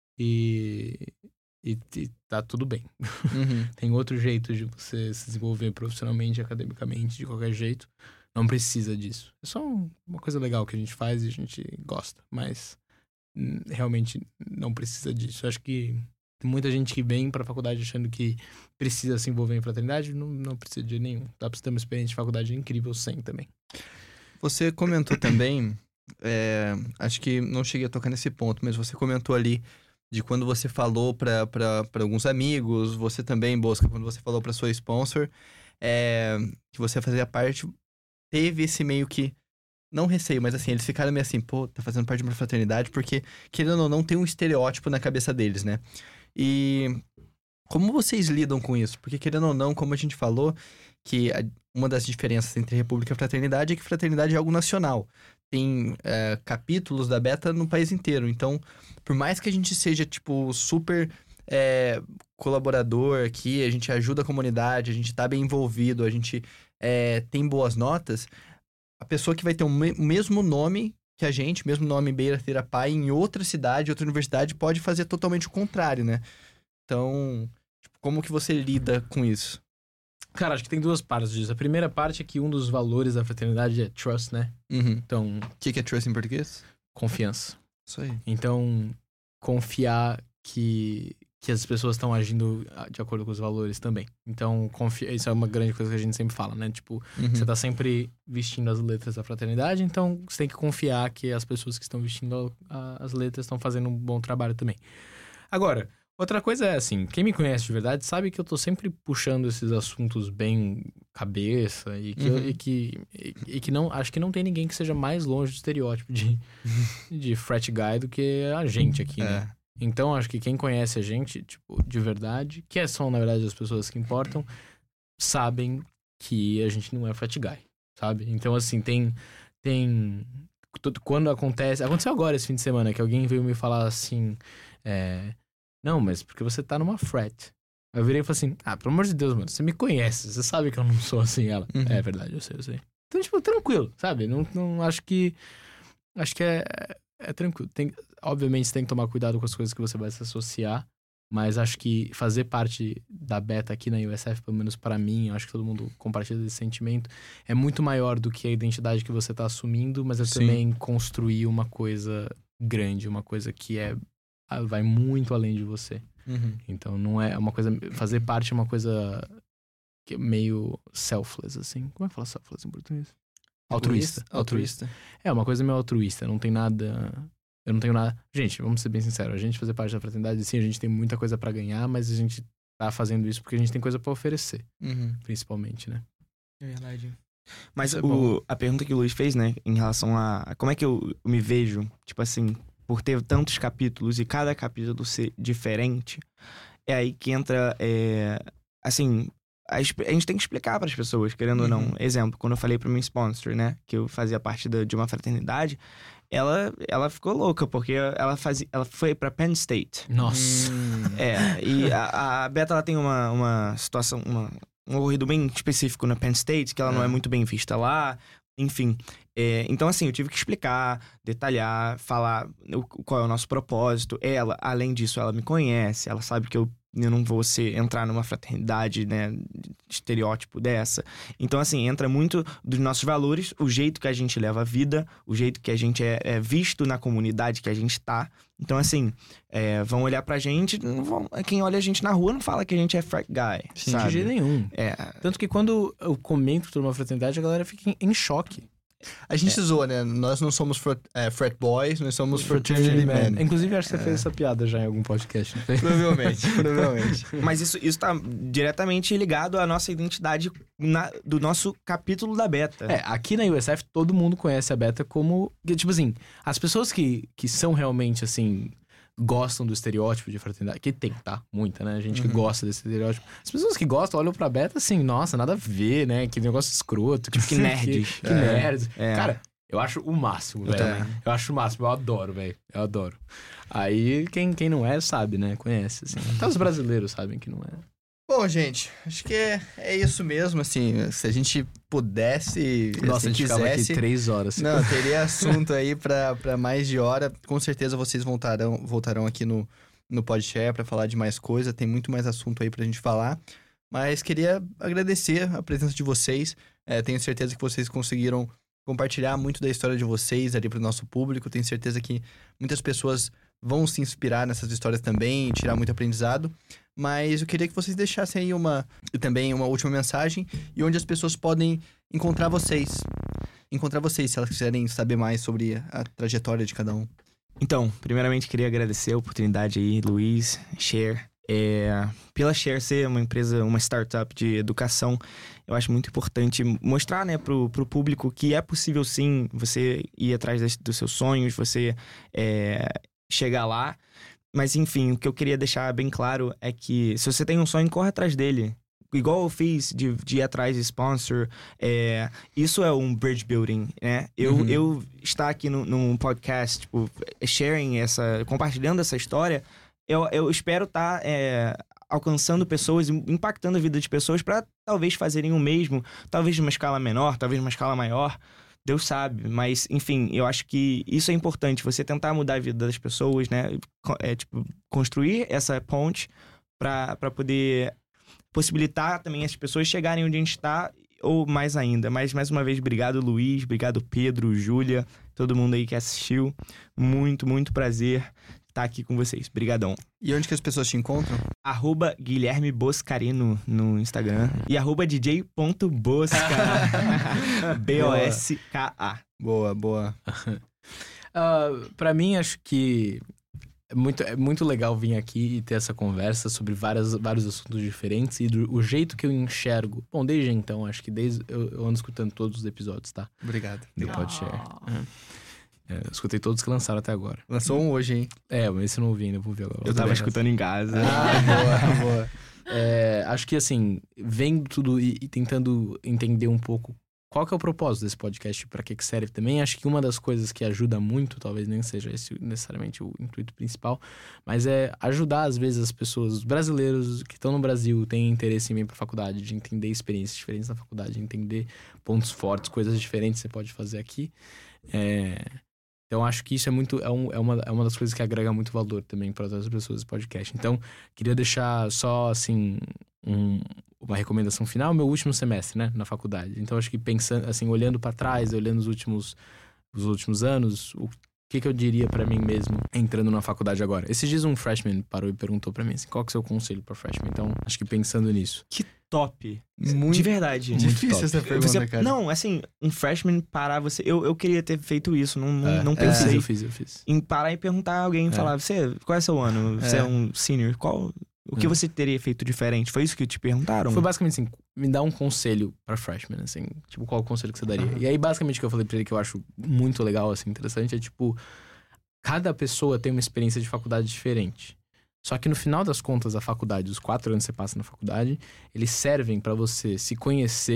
E tá tudo bem. Tem outro jeito de você se desenvolver profissionalmente, academicamente, de qualquer jeito. Não precisa disso. É só uma coisa legal que a gente faz e a gente gosta. Mas realmente não precisa disso. Eu acho que tem muita gente que vem pra faculdade achando que precisa se envolver em fraternidade. Não precisa de nenhum. Dá pra você ter uma experiência de faculdade incrível sem também. Você comentou também... acho que não cheguei a tocar nesse ponto, mas você comentou ali de quando você falou pra alguns amigos, você também, Bosca, quando você falou pra sua sponsor, que você fazia parte, teve esse meio que, não receio, mas assim, eles ficaram meio assim, pô, tá fazendo parte de uma fraternidade, porque, querendo ou não, tem um estereótipo na cabeça deles, né? E como vocês lidam com isso? Porque, querendo ou não, como a gente falou, que uma das diferenças entre república e fraternidade é que fraternidade é algo nacional. Tem capítulos da beta no país inteiro. Então, por mais que a gente seja, tipo, super colaborador aqui, a gente ajuda a comunidade, a gente tá bem envolvido, a gente tem boas notas, a pessoa que vai ter o mesmo nome que a gente, mesmo nome Beira Teira Pai, em outra cidade, outra universidade, pode fazer totalmente o contrário, né? Então, tipo, como que você lida com isso? Cara, acho que tem duas partes disso. A primeira parte é que um dos valores da fraternidade é trust, né? Então... O que é trust em português? Confiança. Isso aí. Então, confiar que as pessoas estão agindo de acordo com os valores também. Então, isso é uma grande coisa que a gente sempre fala, né? Tipo, você tá sempre vestindo as letras da fraternidade, então você tem que confiar que as pessoas que estão vestindo as letras estão fazendo um bom trabalho também. Agora... Outra coisa é assim, quem me conhece de verdade sabe que eu tô sempre puxando esses assuntos bem cabeça e que não, acho que não tem ninguém que seja mais longe do estereótipo de frat guy do que a gente aqui, né? Então acho que quem conhece a gente, tipo, de verdade, que são na verdade as pessoas que importam, sabem que a gente não é frat guy, sabe? Então assim, quando aconteceu agora esse fim de semana que alguém veio me falar assim, não, mas porque você tá numa frat. Eu virei e falei assim, pelo amor de Deus, mano, você me conhece, você sabe que eu não sou assim. Ela, é verdade, eu sei. Então, tipo, tranquilo, sabe? Não acho que é tranquilo. Obviamente, você tem que tomar cuidado com as coisas que você vai se associar, mas acho que fazer parte da beta aqui na USF, pelo menos para mim, eu acho que todo mundo compartilha desse sentimento, é muito maior do que a identidade que você tá assumindo, mas é também construir uma coisa grande, uma coisa que vai muito além de você. Então não é uma coisa... Fazer parte é uma coisa que é meio selfless, assim. Como é que fala selfless em português? Altruísta. É uma coisa meio altruísta. Não tem nada... Eu não tenho nada... Gente, vamos ser bem sinceros. A gente fazer parte da fraternidade, sim, a gente tem muita coisa pra ganhar, mas a gente tá fazendo isso porque a gente tem coisa pra oferecer. Principalmente, né? É verdade. Mas a pergunta que o Luiz fez, né? Em relação a como é que eu me vejo, tipo assim... Por ter tantos capítulos e cada capítulo ser diferente, é aí que entra, assim, a gente tem que explicar para as pessoas, querendo ou não. Exemplo, quando eu falei para minha sponsor, né, que eu fazia parte de uma fraternidade, ela ficou louca, porque ela foi para Penn State. Nossa! E a Beta, ela tem uma situação, um ocorrido bem específico na Penn State, que ela não é muito bem vista lá. Enfim, Então, assim, eu tive que explicar, detalhar, falar qual é o nosso propósito. Ela, além disso, ela me conhece, ela sabe que eu não vou entrar numa fraternidade, né, estereótipo dessa. Então, assim, entra muito dos nossos valores, o jeito que a gente leva a vida, o jeito que a gente é visto na comunidade que a gente tá. Então, assim, vão olhar pra gente, quem olha a gente na rua não fala que a gente é frat guy, sabe? De jeito nenhum. Tanto que quando eu comento sobre uma fraternidade, a galera fica em choque. A gente zoa, né? Nós não somos frat boys, nós somos fraternity men. Inclusive, acho que você fez essa piada já em algum podcast, não fez? Provavelmente. Mas isso tá diretamente ligado à nossa identidade do nosso capítulo da Beta. Aqui na USF, todo mundo conhece a Beta como... Tipo assim, as pessoas que são realmente, assim... gostam do estereótipo de fraternidade, que tem, tá? Muita, né? Gente que gosta desse estereótipo. As pessoas que gostam olham pra Beta assim, nossa, nada a ver, né? Que negócio escroto. Que nerds. Que nerds. Cara, eu acho o máximo, velho. Eu acho o máximo, eu adoro, velho. Eu adoro. Aí, quem não é, sabe, né? Conhece, assim. Até os brasileiros sabem que não é. Bom, gente, acho que é isso mesmo, assim, se a gente pudesse, nossa, se a gente quisesse... ficava aqui 3 horas. Não, teria assunto aí pra mais de hora. Com certeza vocês voltarão aqui no Podshare pra falar de mais coisa. Tem muito mais assunto aí pra gente falar. Mas queria agradecer a presença de vocês. Tenho certeza que vocês conseguiram compartilhar muito da história de vocês ali pro nosso público. Tenho certeza que muitas pessoas vão se inspirar nessas histórias também, tirar muito aprendizado. Mas eu queria que vocês deixassem aí também uma última mensagem e onde as pessoas podem encontrar vocês. Se elas quiserem saber mais sobre a trajetória de cada um. Então, primeiramente queria agradecer a oportunidade aí, Luiz, Share. Pela Share ser uma empresa, uma startup de educação, eu acho muito importante mostrar, né, pro público que é possível sim você ir atrás dos seus sonhos, você chegar lá. Mas enfim, o que eu queria deixar bem claro é que se você tem um sonho, corre atrás dele. Igual eu fiz de ir atrás de sponsor, isso é um bridge building, né? Eu estar aqui num podcast, tipo, compartilhando essa história, eu espero estar alcançando pessoas, impactando a vida de pessoas para talvez fazerem o mesmo, talvez de uma escala menor, talvez de uma escala maior. Deus sabe, mas enfim, eu acho que isso é importante, você tentar mudar a vida das pessoas, né? Construir essa ponte para poder possibilitar também as pessoas chegarem onde a gente está, ou mais ainda. Mas mais uma vez, obrigado Luiz, obrigado Pedro, Júlia, todo mundo aí que assistiu. Muito, muito prazer estar aqui com vocês. Brigadão. E onde que as pessoas te encontram? @Guilherme Boscarino no Instagram e @dj.bosca. BOSKA. Boa. Pra mim, acho que é muito legal vir aqui e ter essa conversa sobre vários assuntos diferentes e o jeito que eu enxergo. Bom, desde então, acho que eu ando escutando todos os episódios, tá? Obrigado. Do Podshare. Eu escutei todos que lançaram até agora. Lançou um hoje, hein? Mas esse eu não ouvi ainda, vou ver agora. Eu tava escutando em casa. Boa. Acho que assim, vendo tudo e tentando entender um pouco qual que é o propósito desse podcast, pra que serve também. Acho que uma das coisas que ajuda muito, talvez nem seja esse necessariamente o intuito principal, mas é ajudar às vezes as pessoas, os brasileiros que estão no Brasil, têm interesse em vir pra faculdade, de entender experiências diferentes na faculdade, de entender pontos fortes, coisas diferentes que você pode fazer aqui. Então, acho que isso é uma das coisas que agrega muito valor também para outras pessoas do podcast. Então, queria deixar só, assim, uma recomendação final. Meu último semestre, né, na faculdade. Então, acho que pensando, assim, olhando para trás, olhando os últimos anos, o que eu diria para mim mesmo entrando na faculdade agora? Esses dias um freshman parou e perguntou para mim, assim, qual que é o seu conselho para freshman? Então, acho que pensando nisso. Que top. Muito, de verdade. Muito difícil essa pergunta, cara. Não, assim, um freshman parar você... Eu queria ter feito isso, não pensei. Eu fiz. Em parar e perguntar a alguém, falar, qual é seu ano? Você é um senior, o que você teria feito diferente? Foi isso que te perguntaram? Foi basicamente assim, me dá um conselho pra freshman, assim, tipo, qual o conselho que você daria? E aí, basicamente, o que eu falei pra ele que eu acho muito legal, assim, interessante, é tipo, cada pessoa tem uma experiência de faculdade diferente. Só que no final das contas, a faculdade, os 4 anos que você passa na faculdade, eles servem pra você se conhecer,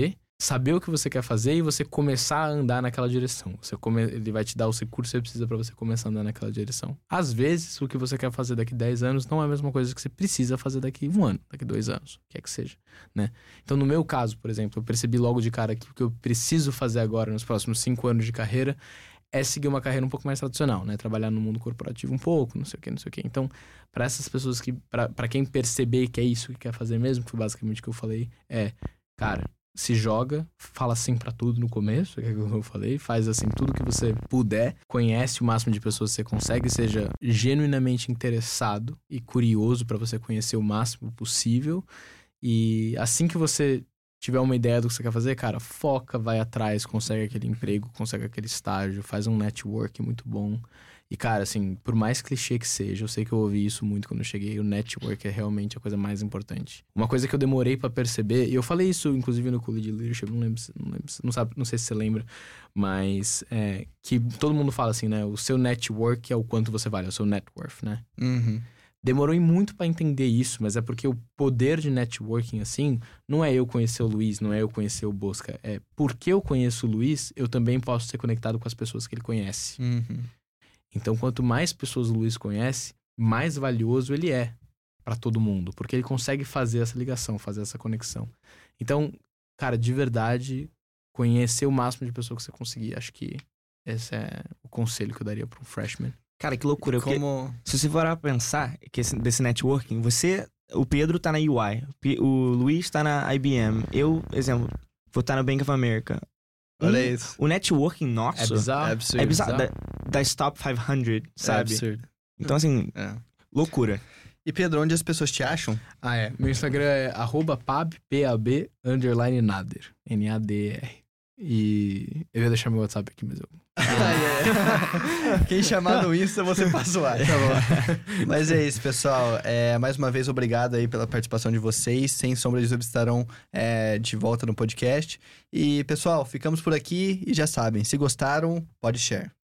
saber o que você quer fazer e você começar a andar naquela direção. Ele vai te dar os recursos que você precisa pra você começar a andar naquela direção. Às vezes, o que você quer fazer daqui 10 anos não é a mesma coisa que você precisa fazer daqui 1 ano, daqui 2 anos, o que é que seja, né? Então, no meu caso, por exemplo, eu percebi logo de cara que o que eu preciso fazer agora, nos próximos 5 anos de carreira, é seguir uma carreira um pouco mais tradicional, né? Trabalhar no mundo corporativo um pouco, não sei o quê. Então, para essas pessoas para quem perceber que é isso que quer fazer mesmo, que foi basicamente o que eu falei, cara, se joga, fala sim pra tudo no começo, que é o que eu falei, faz assim tudo que você puder, conhece o máximo de pessoas que você consegue, seja genuinamente interessado e curioso pra você conhecer o máximo possível. E assim que você tiver uma ideia do que você quer fazer, cara, foca, vai atrás, consegue aquele emprego, consegue aquele estágio, faz um network muito bom. E, cara, assim, por mais clichê que seja, eu sei que eu ouvi isso muito quando eu cheguei, o network é realmente a coisa mais importante. Uma coisa que eu demorei pra perceber, e eu falei isso, inclusive, no College Leadership, não sei se você lembra, mas que todo mundo fala assim, né? O seu network é o quanto você vale, é o seu net worth, né? Uhum. Demorou muito pra entender isso, mas é porque o poder de networking, assim, não é eu conhecer o Luiz, não é eu conhecer o Bosca. É porque eu conheço o Luiz, eu também posso ser conectado com as pessoas que ele conhece. Uhum. Então, quanto mais pessoas o Luiz conhece, mais valioso ele é pra todo mundo. Porque ele consegue fazer essa ligação, fazer essa conexão. Então, cara, de verdade, conhecer o máximo de pessoas que você conseguir. Acho que esse é o conselho que eu daria pra um freshman. Cara, que loucura. Se você for pensar que desse networking, o Pedro tá na UI, o Luiz tá na IBM, eu, exemplo, vou estar no Bank of America. Olha isso. O networking nosso... É bizarro. É absurdo. É bizarro. Das top 500, sabe? É absurdo. Então, assim, loucura. E Pedro, onde as pessoas te acham? Meu Instagram é @pab, P-A-B, _nader, N-A-D-R. E eu ia deixar meu WhatsApp aqui, mas eu... Quem chamar no Insta, você passa o ar. Tá bom. Mas é isso, pessoal. Mais uma vez, obrigado aí pela participação de vocês. Sem sombra de dúvida, estarão de volta no podcast. E, pessoal, ficamos por aqui e já sabem, se gostaram, pode share.